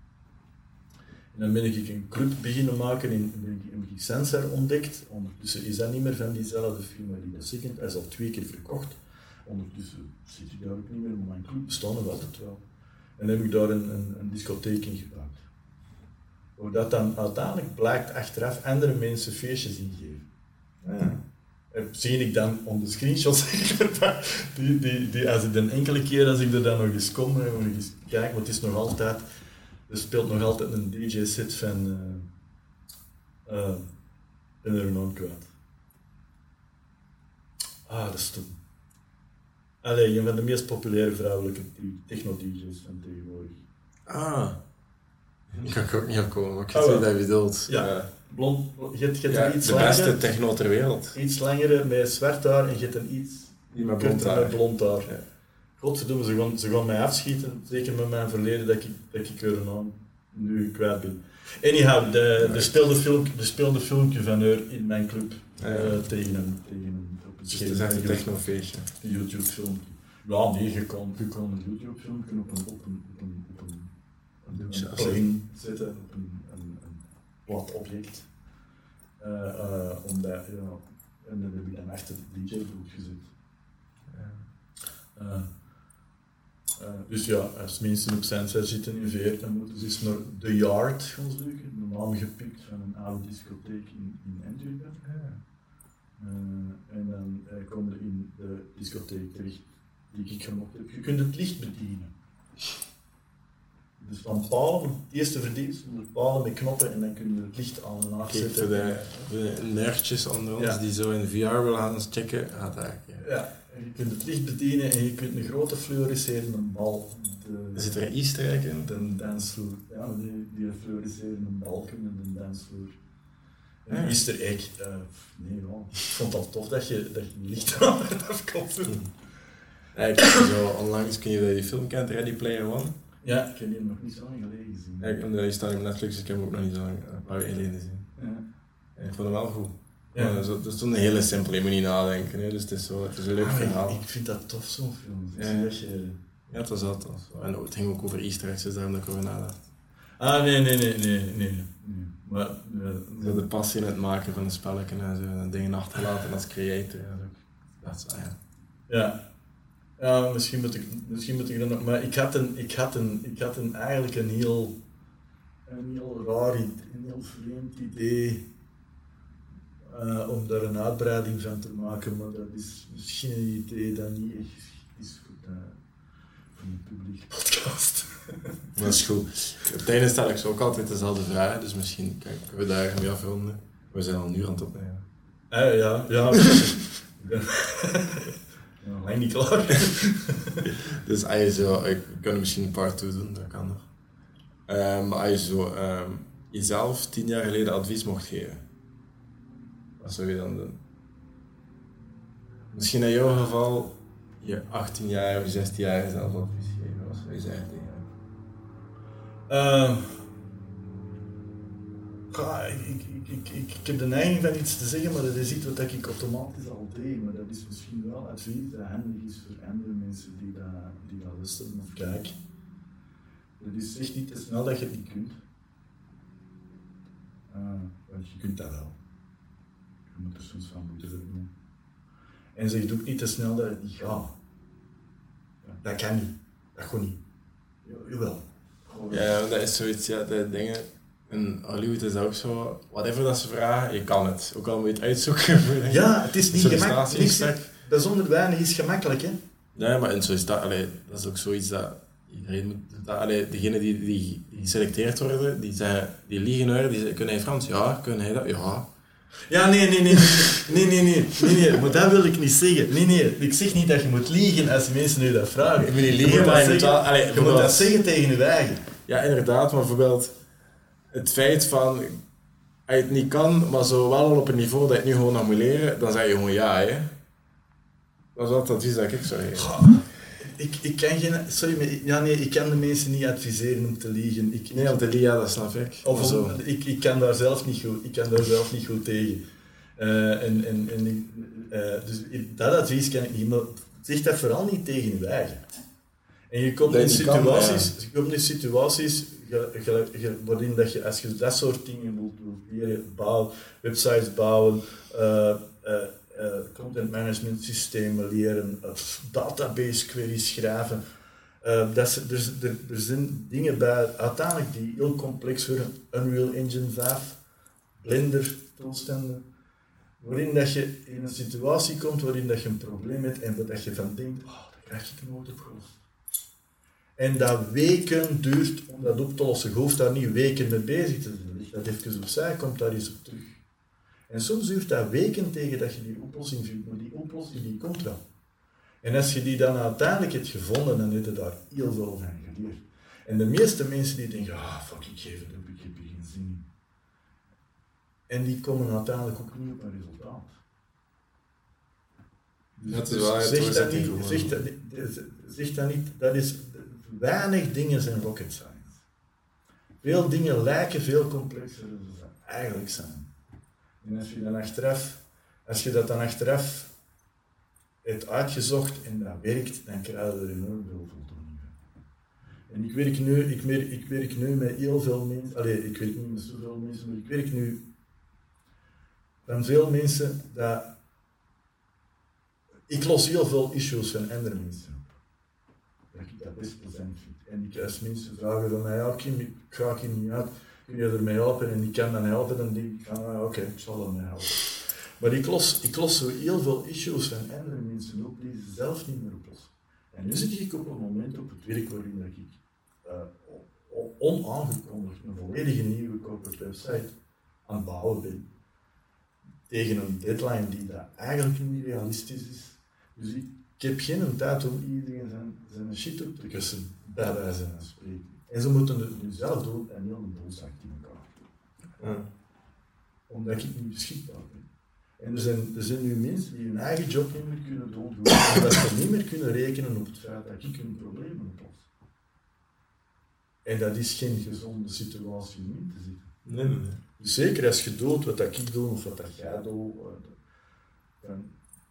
En dan ben ik een club beginnen maken en ben ik, heb ik Sensor ontdekt. Ondertussen is dat niet meer van diezelfde firma die dat zegt. Hij is al twee keer verkocht. Ondertussen zit ik daar ook niet meer, maar mijn club bestaan nog altijd wel. En dan heb ik daar een, een, een discotheek in gebouwd. Zodat dan uiteindelijk blijkt achteraf andere mensen feestjes ingeven. Ja. En zie ik dan op de screenshots, die, die, die, als ik dan enkele keer als ik er dan nog eens kom, en nog eens kijk, want het is nog altijd, er speelt nog altijd een D J-set van, uh, uh, ik ben er een naam kwijt. Ah, dat is stom. Allee, een van de meest populaire vrouwelijke techno-D J's van tegenwoordig. Ah. Ik kan er ook niet op komen, maar ik Oh, weet wel. wat je bedoelt. Ja. Ja. Blond, je hebt, je hebt Ja, een iets de beste langere, techno ter wereld. iets langere met zwart haar en je hebt een iets Die met blond kortere haar. met blond haar. Ja. godverdomme, ze gaan, ze gaan mij afschieten, zeker met mijn verleden, dat ik, dat ik er nou nu kwijt ben. Anyhow, de, de, speelde filmpje, de speelde filmpje van haar in mijn club Ja, ja. uh, tegen hem. Tegen hem op het Dus het is echt een technofeestje. Een YouTube-filmpje. Ja, nee, je kan, je kan een YouTube-filmpje op een, op een, op een, op een, een, een plane zetten, op een, een, een plat object. Uh, uh, omdat, ja, en dan heb ik dan achter de D J-boot gezet. Uh, uh, dus ja, als mensen op Sandside zitten in Veer, dan moeten ze eens naar The Yard gaan zoeken, de naam gepikt van een oude discotheek in, in Antwerpen. Uh, en dan uh, komen we in de discotheek terecht die ik gemaakt heb. Je kunt het licht bedienen. Dus van palen, het eerste verdienst, de palen met knoppen en dan kun je het licht aan en afzetten. Kijk, voor de, voor de nerdjes onder ons ja. die zo in V R willen gaan checken, gaat dat eigenlijk. Ja. ja, en je kunt het licht bedienen en je kunt een grote fluoriserende bal. De, Zit er een easter egg in? De dansvloer. Ja, die, die fluoriserende balken en de dansvloer. Een ja. easter egg. Uh, nee, ja. Ik vond het al tof dat je, dat je licht aan eraf kon doen. Ja, ik heb zo onlangs, kun je die film kent, Ready Player One? Ja, ik heb die nog niet zo lang geleden gezien. Ja, die staat op Netflix, dus ik heb hem ook nog niet zo lang, een paar weken geleden gezien. Ja. Ja, ik vond hem wel goed. Ja. Ja, dat is een hele simpele, je moet niet nadenken, hè. Dus het is, zo, het is een leuk ah, verhaal. Ik, ik vind dat tof, zo'n film. Ja, dat je... ja, het was altijd zo. En het ging ook over easter eggs, dus daarom dat ik over nadacht. Ah, nee, nee, nee, nee, nee. nee. Maar, ja, zo de passie in het maken van de spelletjes en zo, en dingen achterlaten als creator. Ja, dat is, ah, ja. Ja. Ja, misschien moet ik, misschien moet ik dat nog, maar ik had een, ik had een, ik had een eigenlijk een heel, een heel raar, een heel vreemd idee uh, om daar een uitbreiding van te maken, maar dat is misschien een idee dat niet echt is voor, de, voor een publieke podcast. Dat is goed. Op het einde stel ik zo ook altijd dezelfde vragen, dus misschien kunnen we daar mee afronden. We zijn al een uur aan het opnemen. Uh, ja, ja. Ja, lang niet klaar. Dus als je zo, ik kan misschien een part twee doen, dat kan nog. Um, maar als je zo um, jezelf tien jaar geleden advies mocht geven, wat zou je dan doen? Misschien in jouw geval, je achttien jaar of zestien jaar zelf advies geven, wat zou je zeggen tegen hem? Uh, ja, ik, ik, ik, ik, ik heb de neiging van iets te zeggen, maar dat is iets wat ik automatisch al deed. Maar dat is misschien wel advies dat handig is voor andere mensen die dat, die dat luisteren of kijken. Dat is echt niet te snel dat je het niet kunt. Uh, want je kunt dat wel. Je moet er soms van moeten doen. En zeg ook niet te snel dat het niet gaat. Dat kan niet. Dat gaat niet. Ja, jawel. Ja, dat is zoiets, ja, de dingen. In Hollywood is dat ook zo, whatever dat ze vragen, je kan het. Ook al moet je het uitzoeken. Ja, het is niet gemakkelijk. Bijzonder weinig is gemakkelijk, hè? Ja, maar en zo is dat, allee, dat is ook zoiets dat iedereen moet... Dat, allee, degenen die, die, die geselecteerd worden, die, zeggen, die liegen uit, die zeggen, kun jij Frans? Ja, kun jij dat? Ja. Ja, nee, nee, nee, nee, nee, nee, nee, nee, maar dat wil ik niet zeggen. Nee, nee, ik zeg niet dat je moet liegen als mensen nu dat vragen. Ik moet niet liegen, maar je moet dat... Allee, je moet dat zeggen tegen je eigen. Ja, inderdaad, maar bijvoorbeeld het feit van, als je het niet kan, maar zo wel al op een niveau dat je het nu gewoon nog moet leren, dan zeg je gewoon ja, hè. Dat is wel het advies dat ik zou geven. Goh, ik, ik kan geen... Sorry, maar ik, ja, nee, ik kan de mensen niet adviseren om te liegen. Ik, nee, om te liegen, ja, dat snap ik. Of zo. Ik, ik kan daar zelf niet goed, ik kan daar zelf niet goed tegen. Uh, en, en, en, uh, dus dat advies kan ik niet, maar zeg dat vooral niet tegen je eigen. En je komt in situaties, kan, ja. je komt in situaties ge, ge, ge, waarin dat je, als je dat soort dingen wilt, wilt leren, bouwen, websites bouwen, uh, uh, uh, content management systemen leren, uh, database queries schrijven. Uh, dat is, dus, er, er zijn dingen bij, uiteindelijk die heel complex worden. Unreal Engine vijf, Blender toestanden, waarin dat je in een situatie komt waarin dat je een probleem hebt en dat je van denkt, oh, dat krijg je nooit opgelost. En dat weken duurt om dat op te lossen. Je hoeft daar niet weken mee bezig te zijn. Ligt dat even opzij, komt daar eens op terug. En soms duurt dat weken tegen dat je die oplossing vindt, maar die oplossing die komt wel. En als je die dan uiteindelijk hebt gevonden, dan heb je daar heel veel van geleerd. En de meeste mensen die denken, ah fuck, ik geef het op, ik heb hier geen zin in. En die komen uiteindelijk ook niet op een resultaat. Dus, dat is dus waar, zeg, het dat niet, gewoon. zeg, dat, zeg dat niet, dat is, weinig dingen zijn rocket science. Veel dingen lijken veel complexer dan ze eigenlijk zijn. En als je dan achteraf, als je dat dan achteraf hebt uitgezocht en dat werkt, dan krijg je er enorm veel voldoening van. En ik werk nu, ik merk, ik werk nu met heel veel mensen, allee, ik werk niet met zoveel mensen, maar ik werk nu van veel mensen dat ik los heel veel issues van andere mensen op. Dat ik dat best plezant vind. En ik, als mensen vragen van mij, ja Kim, ik ga hier niet uit, kun je ermee helpen en ik kan dan helpen, dan denk ik van, ah, oké, okay, ik zal ermee helpen. Maar ik los, ik los zo heel veel issues van andere mensen op die ze zelf niet meer oplossen. En nu zit ik op een moment op het werk waarin dat ik uh, onaangekondigd een volledige nieuwe corporate website aan het bouwen ben. Tegen een deadline die dat eigenlijk niet realistisch is. Dus ik, ik heb geen tijd om iedereen zijn, zijn shit op te kussen, bij wijze van spreken. En ze moeten het nu zelf doen en heel een bolzak in elkaar. Ja. Omdat ik niet beschikbaar ben. En er zijn, er zijn nu mensen die hun eigen job niet meer kunnen doen, omdat ze niet meer kunnen rekenen op het feit dat ik hun problemen oplos. En dat is geen gezonde situatie om in te zitten. Nee, nee, nee. Dus zeker als je doet wat dat ik doe of wat dat jij doet, dan,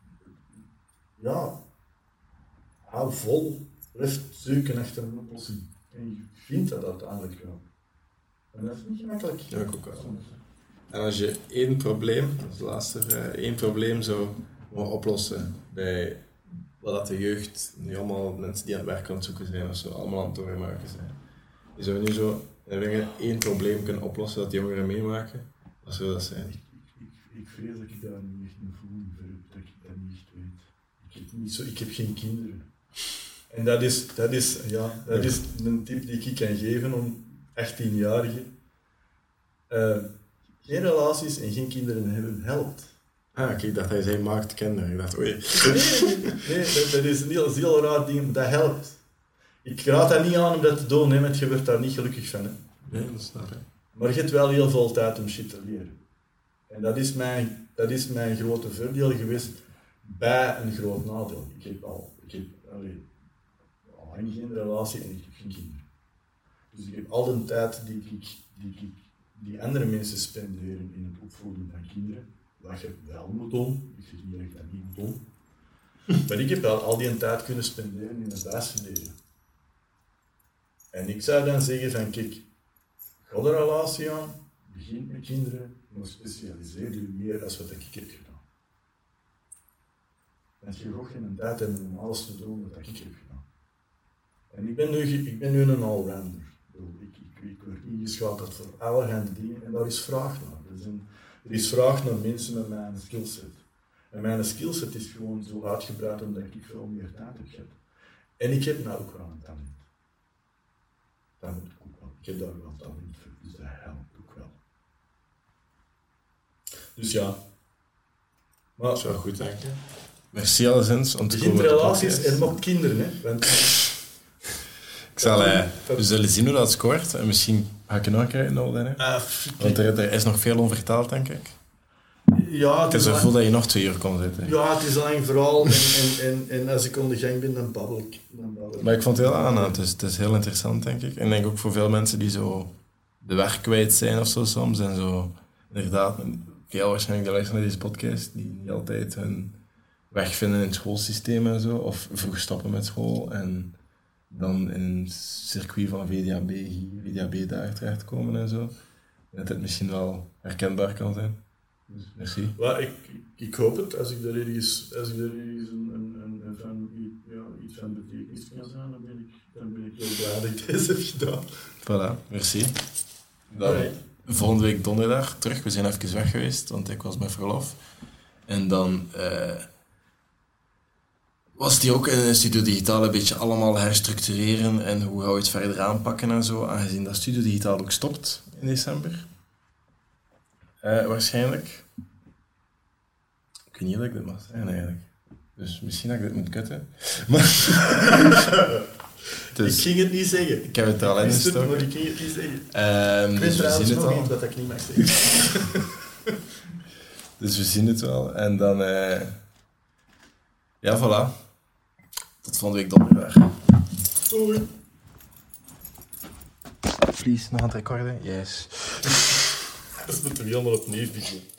ja, hou vol, blijf zoeken achter een oplossing. En je vindt dat uiteindelijk wel. En dat is niet gemakkelijk. Ja, ik ook wel. En als je één probleem, dat is de laatste vraag, één probleem zou mogen oplossen bij wat dat de jeugd, nu allemaal mensen die aan het werk aan het zoeken zijn of zo, allemaal aan het doormaken zijn. Je zou nu zo één probleem kunnen oplossen dat die jongeren meemaken, wat zou dat zijn? Ik, ik, ik, ik vrees dat ik daar niet echt een voeling voor heb, dat ik dat niet echt weet. Ik heb, niet zo, ik heb geen kinderen. En dat is, dat is, ja, dat is een tip die ik kan geven om achttienjarigen. Uh, geen relaties en geen kinderen hebben helpt. Ah, oké, ik dacht dat je zei maakt kinderen. Ik dacht, oei. Nee, nee dat, dat is een heel, heel raar ding, maar dat helpt. Ik raad dat niet aan om dat te doen, hè, want je wordt daar niet gelukkig van. Hè. Nee, dat snap ik. Maar je hebt wel heel veel tijd om shit te leren. En dat is mijn, dat is mijn grote voordeel geweest bij een groot nadeel. Ik heb al, ik heb allee, al lang geen relatie en ik heb geen kinderen. Dus ik heb al de tijd die, ik, die, ik, die andere mensen spenderen in het opvoeden van kinderen, wat je wel moet doen, ik zeg niet dat ik dat niet moet doen, maar ik heb wel al die tijd kunnen spenderen in het bijstuderen. En ik zou dan zeggen van, kijk, ga de relatie aan, begin met kinderen, maar specialiseer je meer dan wat ik heb gedaan. Want je gaat geen tijd hebben om alles te doen wat ik heb gedaan. En ik ben nu, ik ben nu een allrounder. Ik, ik, ik word ingeschakeld voor allerhande dingen en daar is vraag naar. Er, zijn, er is vraag naar mensen met mijn skillset. En mijn skillset is gewoon zo uitgebreid omdat ik veel meer tijd heb gehad. En ik heb nou ook wel een talent. Dat moet ik ook wel. Ik heb daar wel talent voor, dus dat helpt ook wel. Dus ja. Maar dat is wel goed, denk ik. Merci alleszins om te begint komen. relaties en nog kinderen, hè. Want, ik zal, uh, we zullen zien hoe dat scoort en misschien ga ik je nog een keer uitnodigen. uh, Want er, er is nog veel onverteld, denk ik. Ja, ik heb het gevoel dat je nog twee uur kon zitten. Ja, het is een lang verhaal en, en, en, en als ik om de gang ben, dan babbel ik. Dan babbel ik. Maar ik vond het heel aangenaam. Het is, het is heel interessant, denk ik. En ik denk ook voor veel mensen die zo de weg kwijt zijn of zo soms. En zo, inderdaad, veel waarschijnlijk die luisteren naar deze podcast, die niet altijd hun weg vinden in het schoolsysteem en zo. Of vroeg stoppen met school en dan in een circuit van V D A B, V D A B daar terechtkomen en zo. Dat het misschien wel herkenbaar kan zijn. Dus merci. Well, ik, ik hoop het, als ik er ergens, als ik er ergens een, een, een, een van, ja, iets van betekenis kan zijn, dan ben ik, dan ben ik heel blij dat ik deze heb gedaan. Voilà, merci. Dan right. Volgende week donderdag terug. We zijn even weg geweest, want ik was met verlof. En dan uh, was die ook in Studio Digitaal een beetje allemaal herstructureren en hoe gaan we het verder aanpakken en zo, aangezien dat Studio Digitaal ook stopt in december. Uh, waarschijnlijk. Ik weet niet of ik dit mag zeggen eigenlijk. Dus misschien dat ik dit moet kutten. Maar dus, ik ging het niet zeggen. Ik heb het er al in gestoken. Maar ik ging het niet zeggen. Um, ik weet dus trouwens nog niet wat ik niet mag zeggen. Dus we zien het wel. En dan... Uh, Ja, voilà. Tot volgende week donderdag. Doei. Please, nog aan het recorden? Yes. Dat is natuurlijk helemaal opnieuw.